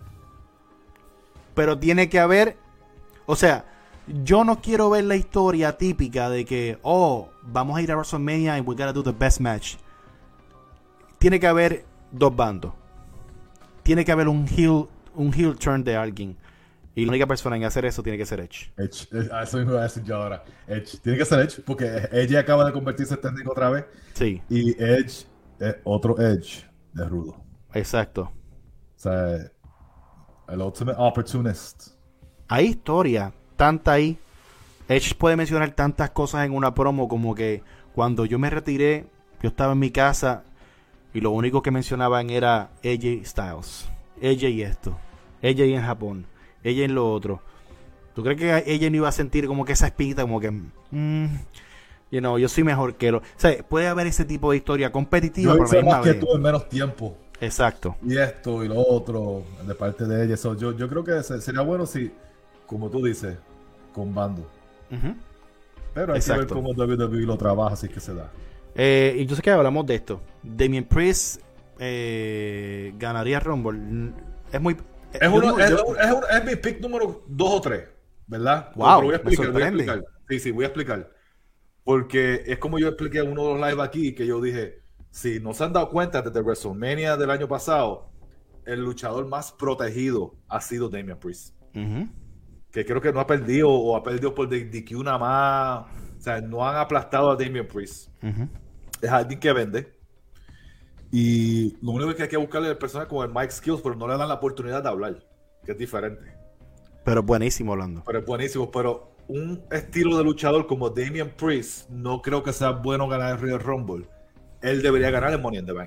Pero tiene que haber, o sea, yo no quiero ver la historia típica de que, vamos a ir a WrestleMania and we gotta do the best match. Tiene que haber dos bandos. Tiene que haber un heel turn de alguien. Y la única persona en hacer eso tiene que ser Edge. Eso mismo voy a decir yo ahora. Edge. Tiene que ser Edge porque Edge acaba de convertirse en técnico otra vez. Sí. Y Edge es otro Edge de rudo. Exacto. O sea, el ultimate opportunist. Hay historia, tanta ahí, Edge puede mencionar tantas cosas en una promo como que cuando yo me retiré, yo estaba en mi casa y lo único que mencionaban era AJ Styles, AJ y esto, AJ en Japón, AJ en lo otro. ¿Tú crees que AJ no iba a sentir como que esa espinita, como que yo soy mejor que lo... O sea, puede haber ese tipo de historia competitiva, yo hice más que tú en menos tiempo. Exacto. Y esto y lo otro de parte de ella. So, yo creo que sería bueno si, como tú dices, con bando. Pero hay que ver cómo WWE lo trabaja, así que se da. Entonces, ¿qué hablamos de esto? Damien Priest ganaría Rumble. Es muy... Es mi pick número 2 o 3, ¿verdad? Wow, voy a explicar, me sorprende. Sí, voy a explicar. Porque es como yo expliqué en uno de los live aquí, que yo dije, si no se han dado cuenta desde WrestleMania del año pasado, el luchador más protegido ha sido Damien Priest. Que creo que no ha perdido o ha perdido por DQ nada más. O sea, no han aplastado a Damien Priest. Es alguien que vende. Y lo único que hay que buscarle es personas como el Mike Skills, pero no le dan la oportunidad de hablar, que es diferente. Pero es buenísimo hablando. Pero es buenísimo, pero un estilo de luchador como Damien Priest, no creo que sea bueno ganar el Royal Rumble. Él debería ganar el Money in the Bank.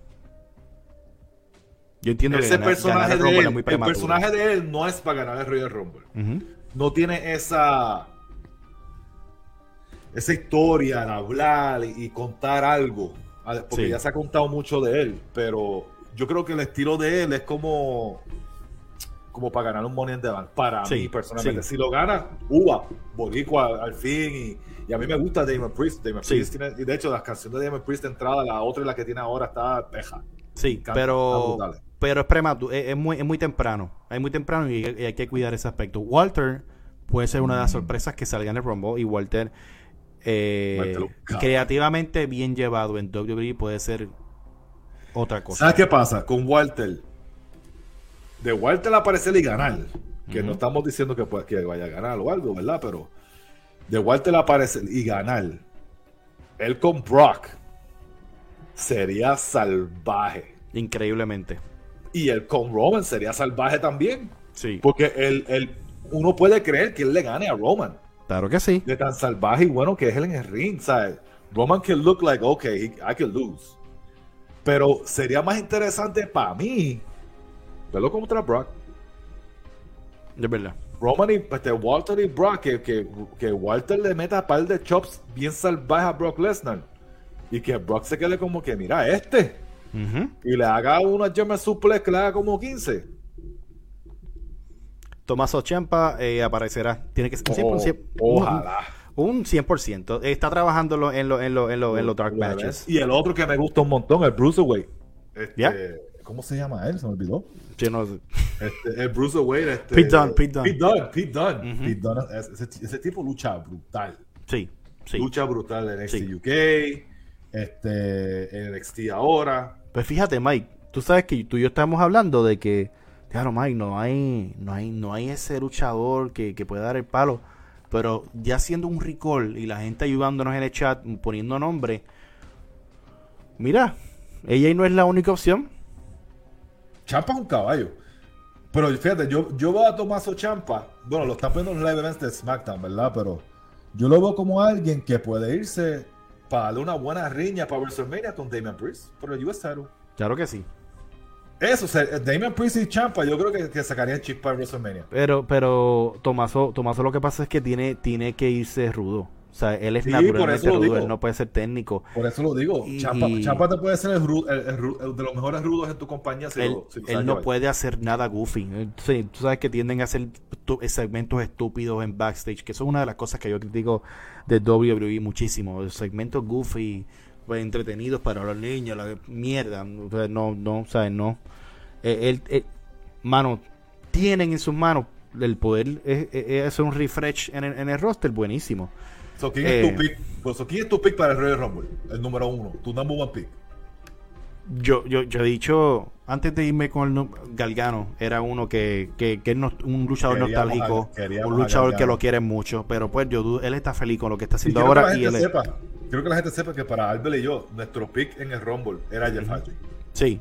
Yo entiendo ese personaje de él, el personaje de él no es para ganar el Royal Rumble. No tiene esa historia de hablar y contar algo, porque ya se ha contado mucho de él, pero yo creo que el estilo de él es como para ganar un Money in the Bank, para mí personalmente. Si lo gana, boricua al fin, y a mí me gusta Damien Priest. Priest tiene, y de hecho las canciones de Damien Priest de entrada, la otra y la que tiene ahora está peja. Sí, pero es prematuro, es muy temprano. Es muy temprano y hay que cuidar ese aspecto. Walter puede ser una de las sorpresas que salga en el Rumble, y Walter creativamente bien llevado en WWE puede ser otra cosa. ¿Sabes qué pasa con Walter? De Walter aparecer y ganar, que no estamos diciendo que vaya a ganar o algo, ¿verdad? Pero de Walter aparecer y ganar, él con Brock sería salvaje. Increíblemente. Y él con Roman sería salvaje también. Sí. Porque uno puede creer que él le gane a Roman. Claro que sí. De tan salvaje y bueno que es él en el ring, ¿sabes? Roman can look like, okay, I can lose. Pero sería más interesante para mí verlo contra Brock. De verdad. Roman y Walter y Brock, que Walter le meta un par de chops bien salvajes a Brock Lesnar. Y que Brock se quede como que, mira, y le haga una German suplex que le haga como 15. Tommaso Ciampa aparecerá. Tiene que ser 100%. Ojalá. Un 100%. Está trabajando en los dark matches. Y el otro que me gusta un montón, el Bruiserweight. ¿Cómo se llama él? Se me olvidó. Yo no sé. El Bruiserweight. Pete Dunne. Pete Dunne. Ese tipo lucha brutal. Sí. Lucha brutal en NXT UK. En NXT ahora. Pues fíjate, Mike, tú sabes que tú y yo estamos hablando de que, claro, Mike, no hay ese luchador que pueda dar el palo, pero ya haciendo un recall y la gente ayudándonos en el chat, poniendo nombre, mira, ella no es la única opción. Ciampa es un caballo, pero fíjate, yo veo a Tommaso Ciampa, bueno, lo están poniendo en los live events de SmackDown, ¿verdad? Pero yo lo veo como alguien que puede irse para darle una buena riña para WrestleMania con Damien Priest por el US title. Claro que sí. Eso, o sea, Damien Priest y Ciampa yo creo que sacarían chip para WrestleMania. Pero Tommaso lo que pasa es que tiene que irse rudo. O sea, él es naturalmente rudo, él no puede ser técnico. Por eso lo digo. Ciampa te puede ser el de los mejores rudos en tu compañía. Él no puede hacer nada goofy. Sí, tú sabes que tienden a hacer segmentos estúpidos en backstage, que eso es una de las cosas que yo critico de WWE muchísimo. Los segmentos goofy, pues, entretenidos para los niños, la mierda. No, ¿sabes? No. Mano, tienen en sus manos el poder hacer un refresh en el roster buenísimo. ¿Quién es tu pick? ¿Quién es tu pick para el Royal Rumble? El número 1, tu number 1 pick. Yo he dicho, antes de irme con el Gargano, era uno que es un luchador nostálgico, un luchador que lo quiere mucho, pero pues él está feliz con lo que está haciendo ahora. Quiero que la gente sepa que para Albert y yo, nuestro pick en el Rumble era Jeff Hardy. Sí.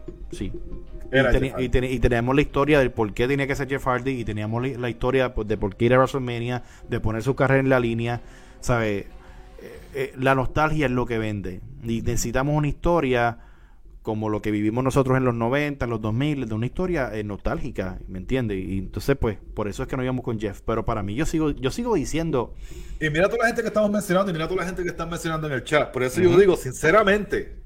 Y teníamos la historia del por qué tenía que ser Jeff Hardy, y teníamos la historia de por qué ir a WrestleMania, de poner su carrera en la línea, ¿sabes? La nostalgia es lo que vende. Y necesitamos una historia como lo que vivimos nosotros en los 90, en los 2000, de una historia nostálgica, ¿me entiendes? Y entonces, pues, por eso es que no íbamos con Jeff. Pero para mí, yo sigo diciendo... Y mira toda la gente que estamos mencionando, y mira toda la gente que están mencionando en el chat. Por eso yo digo, sinceramente,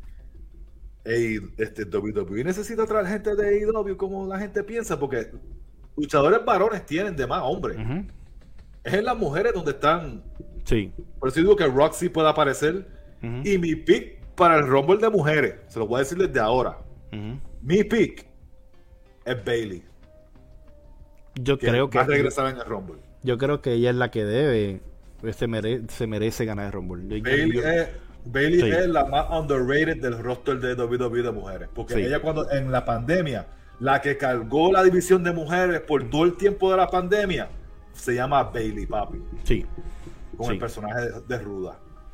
WWE necesita traer gente de AEW como la gente piensa, porque luchadores varones tienen de más hombres. Es en las mujeres donde están. Sí. Por eso digo que Roxy puede aparecer. Y mi pick para el Rumble de mujeres, se lo voy a decir desde ahora. Mi pick es Bayley. Yo creo que va a regresar en el Rumble. Yo creo que ella es la que debe, se merece ganar el Rumble. Bayley es la más underrated del roster de WWE de mujeres, porque ella cuando en la pandemia, la que cargó la división de mujeres por todo el tiempo de la pandemia, se llama Bayley, papi. Sí. Con el personaje de Ruda.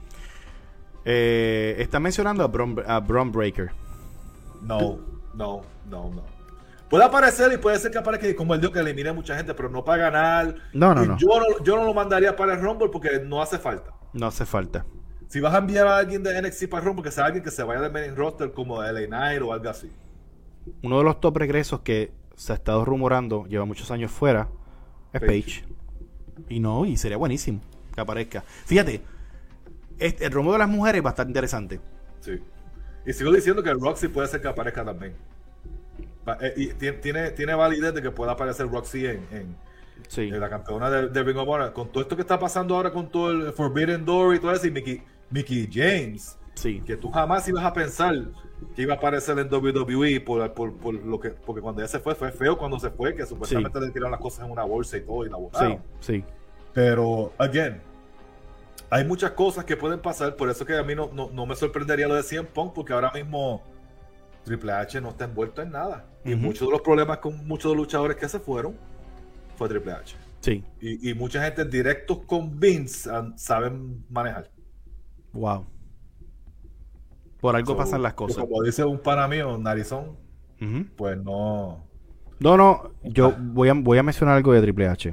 Está mencionando a Bron Breakker. No. Puede aparecer y puede ser que aparezca como el dios que elimine a mucha gente, pero no para ganar. No. Yo no lo mandaría para el Rumble porque no hace falta. No hace falta. Si vas a enviar a alguien de NXT para el Rumble, que sea alguien que se vaya del main roster como LA Knight o algo así. Uno de los top regresos que se ha estado rumorando, lleva muchos años fuera, es Paige. Y sería buenísimo que aparezca. Fíjate, el rumbo de las mujeres es bastante interesante. Sí. Y sigo diciendo que Roxy puede ser que aparezca también. Y tiene validez de que pueda aparecer Roxy en la campeona de Ring of Honor. Con todo esto que está pasando ahora con todo el Forbidden Door y todo eso, y Mickie James, que tú jamás ibas a pensar que iba a aparecer en WWE por lo que, porque cuando ella se fue feo cuando se fue, que supuestamente le tiraron las cosas en una bolsa y todo y la botaron. Sí. Pero, again, hay muchas cosas que pueden pasar, por eso que a mí no me sorprendería lo de CM Punk, porque ahora mismo Triple H no está envuelto en nada. Y muchos de los problemas con muchos de los luchadores que se fueron fue Triple H. Sí. Y mucha gente directos con Vince saben manejar. Wow. Por algo pasan las cosas. Como dice un pana mío, Narizón, pues no. No, yo voy a mencionar algo de Triple H.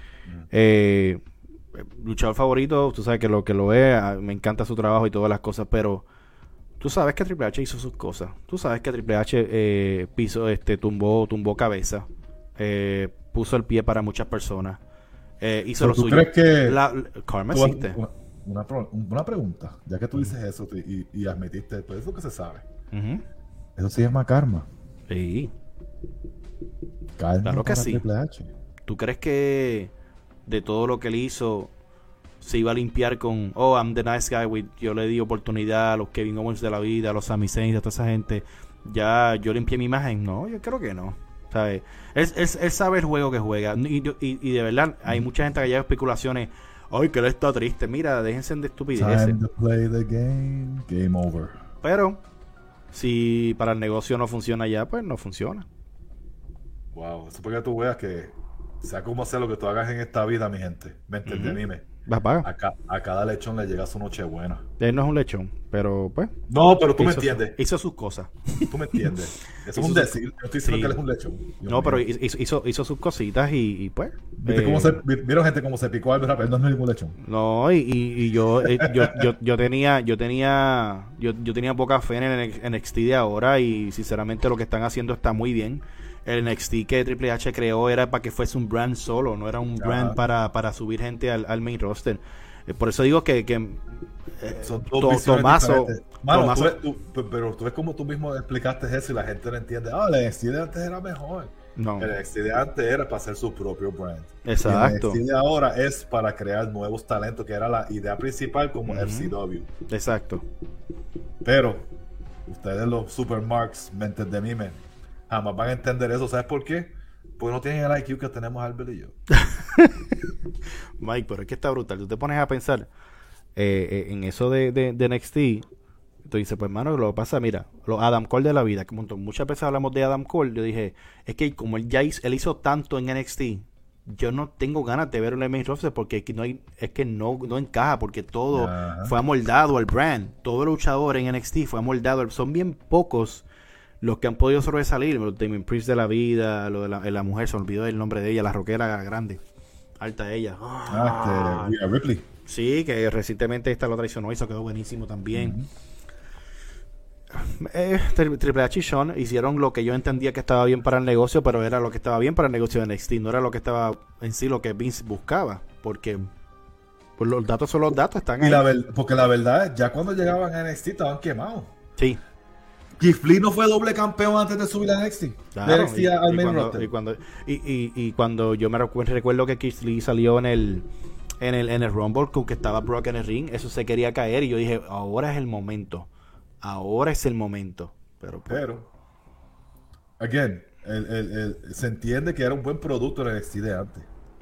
Luchador favorito, tú sabes que lo es, me encanta su trabajo y todas las cosas, pero tú sabes que Triple H hizo sus cosas. Tú sabes que Triple H tumbó cabeza, puso el pie para muchas personas, hizo lo suyo. ¿Tú crees que karma existe? Una pregunta, ya que tú dices eso y admitiste, pues eso que se sabe. Eso se llama karma. Sí. Karma, claro que sí. Triple H. ¿Tú crees que de todo lo que él hizo se iba a limpiar con I'm the nice guy, yo le di oportunidad a los Kevin Owens de la vida, a los Sami Zayn, a toda esa gente, ya yo limpié mi imagen? No, yo creo que no, ¿sabes? Él sabe el juego que juega, y de verdad hay mucha gente que lleva especulaciones, que él está triste. Mira, déjense de estupideces. Time to play the game over. Pero si para el negocio no funciona ya, pues no funciona. Wow, eso porque tú veas que sea como sea lo que tú hagas en esta vida, mi gente, me entendí, anime. A cada lechón le llega su noche buena. Él no es un lechón, pero pues. No, pero tú me entiendes. Hizo sus cosas. Tú me entiendes. Eso es un decir. Yo estoy diciendo que él es un lechón. No, pero hizo sus cositas y pues. ¿Vieron gente cómo se picó algo rápido? No es ningún lechón. No, y yo tenía poca fe en el NXT de ahora, y sinceramente lo que están haciendo está muy bien. El NXT que Triple H creó era para que fuese un brand solo, no era un brand para subir gente al main roster. Por eso digo que son dos Tomaso, pero tú ves como tú mismo explicaste eso y la gente no entiende. El NXT de antes era mejor. No. El NXT de antes era para hacer su propio brand. Exacto. Y el NXT de ahora es para crear nuevos talentos, que era la idea principal como FCW. Exacto. Pero ustedes los supermarks, mentes de mime, jamás van a entender eso. ¿Sabes por qué? Porque no tienen el IQ que tenemos Albert y yo. Mike, pero es que está brutal. Tú te pones a pensar en eso de NXT. Tú dices, pues hermano, lo que pasa, mira, los Adam Cole de la vida, que muchas veces hablamos de Adam Cole, yo dije, es que como él hizo tanto en NXT, yo no tengo ganas de verlo en el main roster, porque no encaja, porque todo fue amoldado al brand. Todo luchador en NXT fue amoldado. Son bien pocos los que han podido sobresalir, los Damien Priest de la vida, lo de la mujer, se olvidó el nombre de ella, la rockera grande, alta ella. Rhea Ripley. Sí, que recientemente esta lo traicionó y eso quedó buenísimo también. Triple H y Shawn hicieron lo que yo entendía que estaba bien para el negocio, pero era lo que estaba bien para el negocio de NXT, no era lo que estaba en sí lo que Vince buscaba, porque pues los datos son los datos, están ahí. Porque la verdad es, ya cuando llegaban a NXT estaban quemados. Sí. Keith Lee no fue doble campeón antes de subir a NXT. Claro, de NXT al main roster. Y cuando yo me recuerdo que Keith Lee salió en el Rumble, con que estaba Brock en el ring, eso se quería caer y yo dije, ahora es el momento. Pero again, se entiende que era un buen producto en el NXT de antes.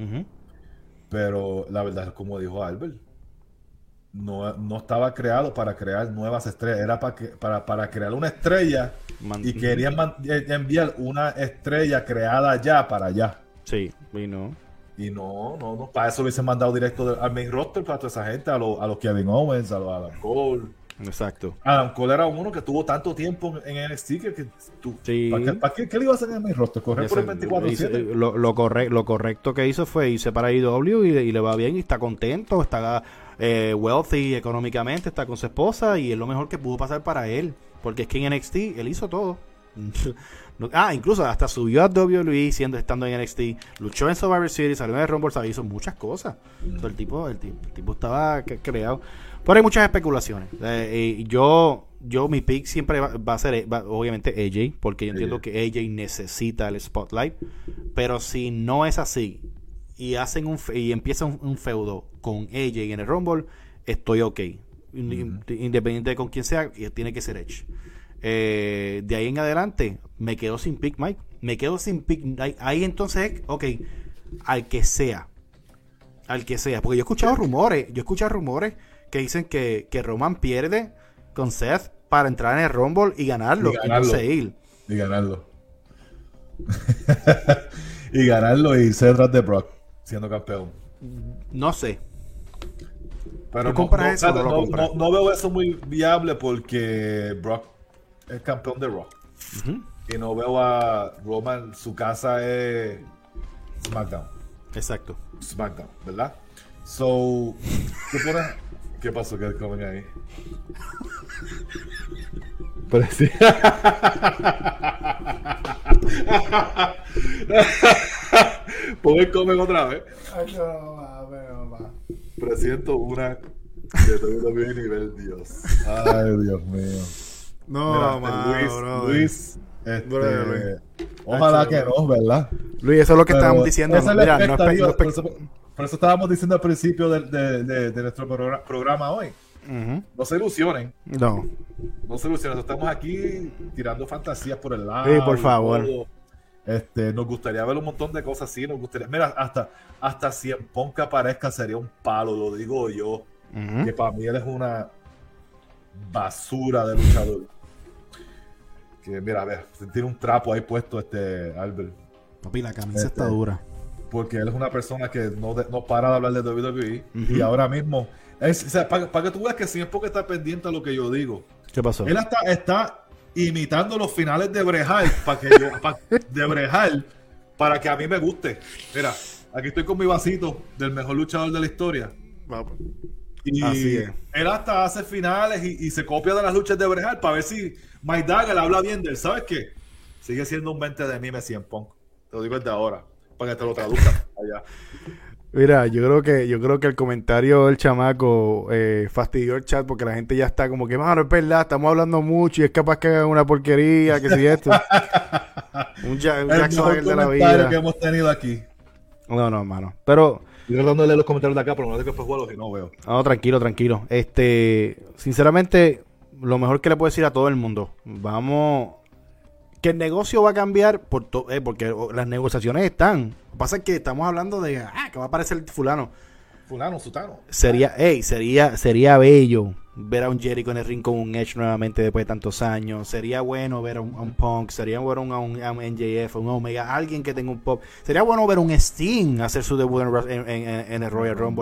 Pero la verdad es como dijo Albert, no estaba creado para crear nuevas estrellas, era para crear una estrella y querían enviar una estrella creada ya para allá. Sí, y no, para eso hubiesen mandado directo al main roster para toda esa gente, a los Kevin Owens, a los Adam Cole. Exacto. Adam Cole era uno que tuvo tanto tiempo en NXT que tú, sí. ¿para qué le iba a hacer en el main roster? Correr por el 24/7. Lo correcto que hizo fue irse para IW y le va bien y está contento, está wealthy económicamente, está con su esposa y es lo mejor que pudo pasar para él, porque es que en NXT él hizo todo. Incluso hasta subió a WWE estando en NXT, luchó en Survivor Series, salió en el Rumble, hizo muchas cosas. El tipo estaba creado. Pero hay muchas especulaciones. Yo mi pick siempre va a ser obviamente AJ, porque yo entiendo que AJ necesita el spotlight. Pero si no es así y empieza un feudo con AJ en el Rumble, estoy ok. Independiente de con quién sea, tiene que ser Edge. De ahí en adelante me quedo sin pick, Mike. Me quedo sin pick. Ahí entonces, ok, al que sea. Porque yo he escuchado rumores que dicen que Roman pierde con Seth para entrar en el Rumble y ganarlo. Y ganarlo. Y ganarlo y ser tras de Brock siendo campeón. No sé. Pero no veo eso muy viable porque Brock es campeón de Raw. Y no veo a Roman, su casa es SmackDown. Exacto. SmackDown, ¿verdad? So, ¿qué pasó? ¿Qué comen ahí? Pero sí. Pon el comen otra vez. Ay, no, Presiento una de WWE nivel Dios. Ay, Dios mío. No, Luis, ojalá que no, ¿verdad? Luis, eso es lo que estábamos diciendo. Mira, por eso estábamos diciendo al principio de nuestro programa hoy. No se ilusionen. No se ilusionen. Estamos aquí tirando fantasías por el lado. Sí, por favor. Nos gustaría ver un montón de cosas así. Mira, hasta si en Punk aparezca sería un palo, lo digo yo. Que para mí él es una basura de luchador. Que mira, a ver, tiene un trapo ahí puesto Albert. Papi, la camisa está dura. Porque él es una persona que no para de hablar de WWE. Y ahora mismo para que tú veas que siempre que está pendiente a lo que yo digo. ¿Qué pasó? Él está imitando los finales de Brejal para que a mí me guste. Mira, aquí estoy con mi vasito del mejor luchador de la historia. Y así es. Él hasta hace finales y se copia de las luchas de Brejal para ver si Mike Dagger habla bien de él. ¿Sabes qué? Sigue siendo un 20 de mí, Messi en Punk. Te lo digo desde ahora, para que te lo traduzca allá. Mira, yo creo que el comentario del chamaco fastidió el chat porque la gente ya está como que, mano, es verdad, estamos hablando mucho y es capaz que hagan una porquería, que si esto. un Jack Swagger de la vida que hemos tenido aquí. No, mano. Pero estoy tratando de leer los comentarios de acá, pero no sé qué fue juego si no veo. No, tranquilo. Sinceramente, lo mejor que le puedo decir a todo el mundo, vamos, que el negocio va a cambiar porque las negociaciones están. Lo que pasa es que estamos hablando de que va a aparecer fulano, sutano. Sería bello ver a un Jericho en el ring con un Edge nuevamente después de tantos años. Sería bueno ver a un Punk, sería bueno a un MJF, un Omega, alguien que tenga un pop. Sería bueno ver un Sting hacer su debut en el Royal Rumble.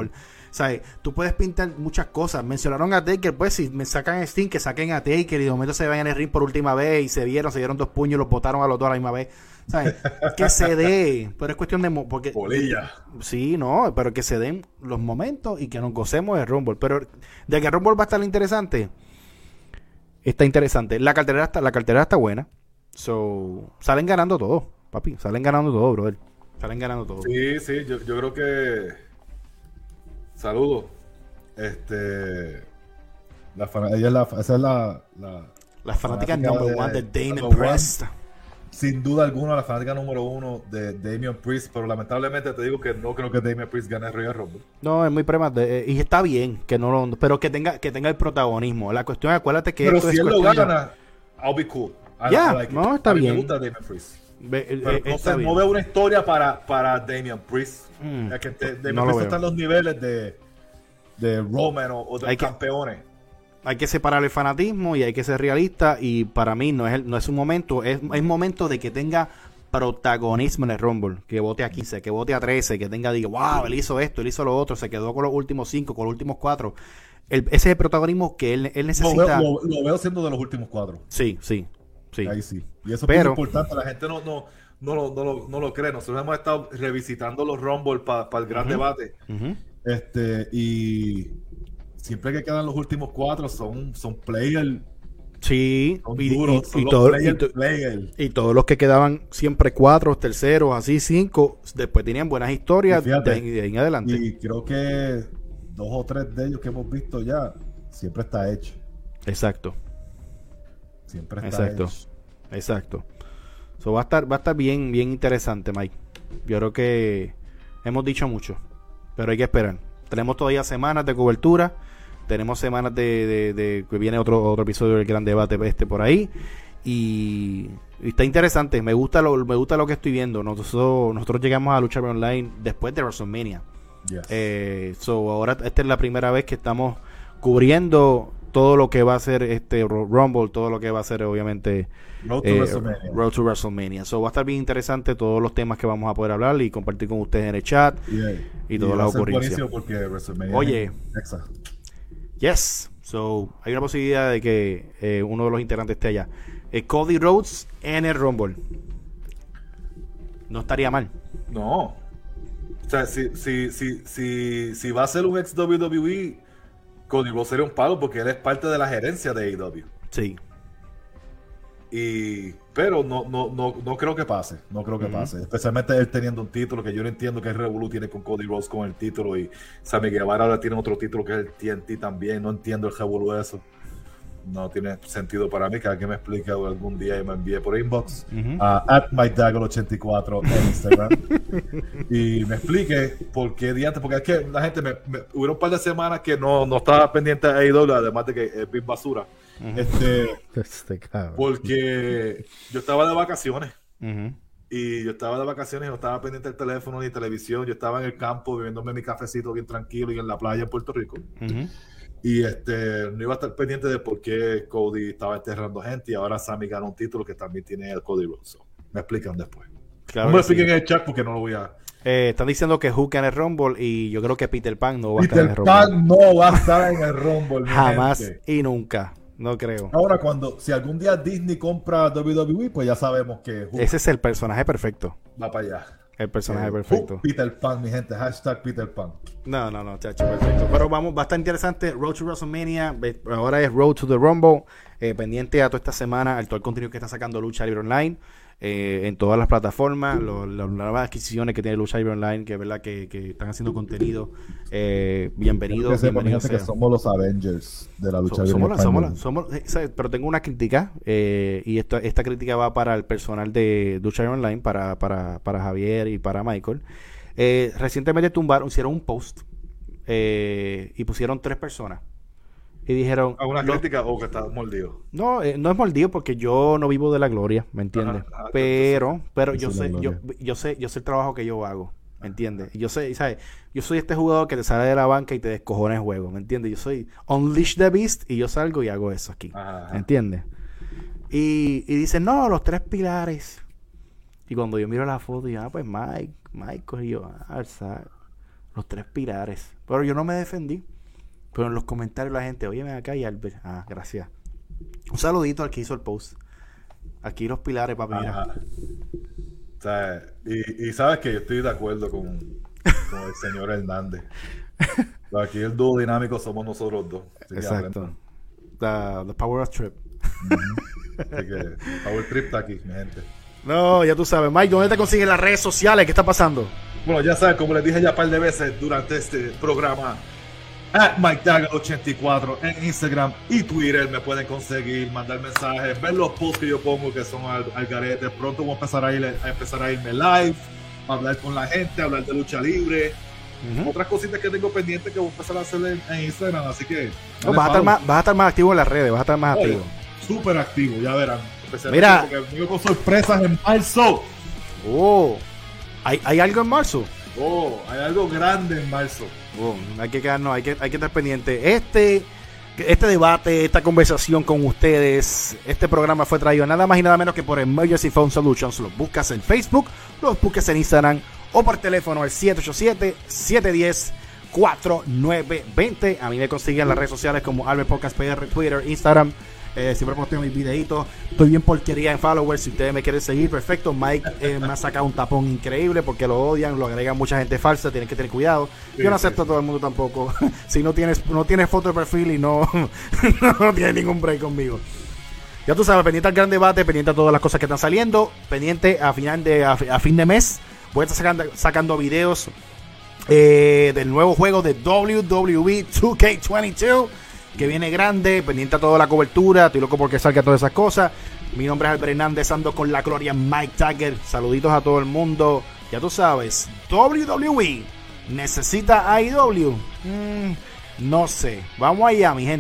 ¿Sabes? Tú puedes pintar muchas cosas. Mencionaron a Taker, pues si me sacan a Sting, que saquen a Taker y de momento se vayan en el ring por última vez y se dieron 2 puños y los botaron a los dos a la misma vez. ¿Sabes? Que se dé, pero es cuestión de... porque Polilla. sí, no, pero que se den los momentos y que nos gocemos del Rumble. Pero de que el Rumble va a estar interesante, está interesante. La cartelera está buena. So, salen ganando todo, papi. Salen ganando todo, brother. Salen ganando todo. Sí, yo creo que... Saludos. Ella esa es la fanática number one de Damien number Priest. Sin duda alguna, la fanática número 1 de Damian Priest, pero lamentablemente te digo que no creo que Damian Priest gane el Royal Rumble. No, es muy y está bien que no lo, pero que tenga el protagonismo. La cuestión, acuérdate que pero esto si es él lo cuestión gana, I'll be cool. No, está bien. Me gusta Damian Priest. Está bien. No veo una historia para Damian Priest. Es que Damian Priest está en los niveles de Roman o de campeones. Hay que separar el fanatismo y hay que ser realista, y para mí no es un momento, es momento de que tenga protagonismo en el Rumble, que vote a 15, que vote a 13, que diga, wow, él hizo esto, él hizo lo otro, se quedó con los últimos 5, con los últimos 4. Ese es el protagonismo que él necesita. Lo veo siendo de los últimos 4. Sí. Ahí sí. Y eso es importante, la gente no lo cree. Nosotros hemos estado revisitando los Rumble para el gran debate. Y siempre que quedan los últimos 4 son players. Sí, son duros, y todos los que quedaban siempre 4, terceros, así 5, después tenían buenas historias de ahí en adelante. Y creo que 2 o 3 de ellos que hemos visto ya, siempre está hecho. Exacto. Siempre está hecho. Exacto. So, va a estar bien interesante, Mike. Yo creo que hemos dicho mucho, pero hay que esperar. Tenemos todavía semanas de cobertura. Tenemos semanas de que viene otro episodio del gran debate por ahí. Y está interesante. Me gusta lo que estoy viendo. Nosotros llegamos a Lucha Libre Online después de WrestleMania. Yes. Ahora esta es la primera vez que estamos cubriendo todo lo que va a ser este Rumble, todo lo que va a ser obviamente Road to WrestleMania. Va a estar bien interesante todos los temas que vamos a poder hablar y compartir con ustedes en el chat y todas las ocurrencias. Porque WrestleMania Oye, yes. Hay una posibilidad de que uno de los integrantes esté allá. Cody Rhodes en el Rumble. No estaría mal. No. O sea, si va a ser un ex WWE, Cody Rhodes sería un palo porque él es parte de la gerencia de AEW. Sí. Pero no creo que pase. No creo que pase. Especialmente él teniendo un título que yo no entiendo que el Revolu tiene con Cody Rhodes con el título, y Sammy Guevara ahora tiene otro título que es el TNT también. No entiendo el Revolu eso. No tiene sentido para mí. Que alguien me explique algún día y me envíe por inbox a @MikeDagger84 en Instagram y me explique por qué diantre, porque es que la gente hubo un par de semanas que no estaba pendiente de AEW, además de que es bien basura. Porque yo estaba de vacaciones y yo no estaba pendiente del teléfono ni televisión. Yo estaba en el campo bebiéndome mi cafecito bien tranquilo y en la playa en Puerto Rico. Y no iba a estar pendiente de por qué Cody estaba enterrando gente, y ahora Sammy gana un título que también tiene el Cody Rhodes. Me explican después. Claro, no me expliquen en el chat porque no lo voy a... están diciendo que Hook en el Rumble, y yo creo que Peter Pan no va a estar en el Rumble. Peter Pan no va a estar en el Rumble. Jamás y nunca. No creo. Ahora, si algún día Disney compra WWE, pues ya sabemos que Hook ese es el personaje perfecto. Va para allá. El personaje perfecto. Peter Pan, mi gente. #Peter Pan. No, chacho, perfecto. Pero va a estar interesante. Road to WrestleMania. Ahora es Road to the Rumble. Pendiente a toda esta semana al todo el contenido que está sacando Lucha Libre Online. En todas las plataformas, las nuevas adquisiciones que tiene Lucha Libre Online, que es verdad que están haciendo contenido. Bienvenidos que somos los Avengers de la Lucha Libre. Pero tengo una crítica, y esta crítica va para el personal de Lucha Libre Online, para Javier y para Michael. Recientemente hicieron un post y pusieron 3 personas. Y dijeron... ¿Alguna crítica o que está mordido? No es mordido porque yo no vivo de la gloria, ¿me entiendes? Pero yo sé el trabajo que yo hago, ¿me entiendes? Yo sé, ¿sabes? Yo soy este jugador que te sale de la banca y te descojona el juego, ¿me entiendes? Yo soy Unleash the Beast y yo salgo y hago eso aquí, ¿me entiendes? Y dicen, no, los 3 pilares. Y cuando yo miro la foto, pues Michael, y yo, Los 3 pilares. Pero yo no me defendí. Pero en los comentarios la gente, oye, ven acá y Albert. Ah, gracias. Un saludito al que hizo el post. Aquí los pilares, papi, mira. O sea, y sabes que yo estoy de acuerdo con el señor Hernández. Pero aquí el dúo dinámico somos nosotros dos. Exacto. The Power of Trip. Así que Power Trip está aquí, mi gente. No, ya tú sabes. Mike, ¿dónde te consiguen las redes sociales? ¿Qué está pasando? Bueno, ya sabes, como les dije ya un par de veces durante este programa, @MikeDagger84 en Instagram y Twitter me pueden conseguir, mandar mensajes, ver los posts que yo pongo que son al garete. Pronto voy a empezar a irme live, a hablar con la gente, a hablar de lucha libre. Otras cositas que tengo pendientes que voy a empezar a hacer en Instagram, así que no, vas a estar más activo en las redes, vas a estar más activo. Súper activo, ya verán. Mira, porque vengo con sorpresas en marzo. ¿Hay algo en marzo? Hay algo grande en marzo. Hay que quedarnos, hay que estar pendiente. Este debate, esta conversación con ustedes, este programa fue traído nada más y nada menos que por Emergency Phone Solutions. Los buscas en Facebook, los buscas en Instagram o por teléfono al 787-710-4920. A mí me consiguen en las redes sociales como Albert Podcast PR, Twitter, Instagram. Siempre posteo mis videitos. Estoy bien porquería en followers. Si ustedes me quieren seguir, perfecto. Mike me ha sacado un tapón increíble porque lo odian, lo agregan mucha gente falsa. Tienen que tener cuidado. Yo no acepto a todo el mundo tampoco. Si no tienes foto de perfil y no tienes ningún break conmigo. Ya tú sabes, pendiente al gran debate, pendiente a todas las cosas que están saliendo, pendiente a fin de mes. Voy a estar sacando videos del nuevo juego de WWE 2K22. Que viene grande, pendiente a toda la cobertura. Estoy loco porque salga todas esas cosas. Mi nombre es Albert Hernández, ando con la gloria Mike Dagger. Saluditos a todo el mundo. Ya tú sabes, WWE necesita AEW. No sé, vamos allá, mi gente.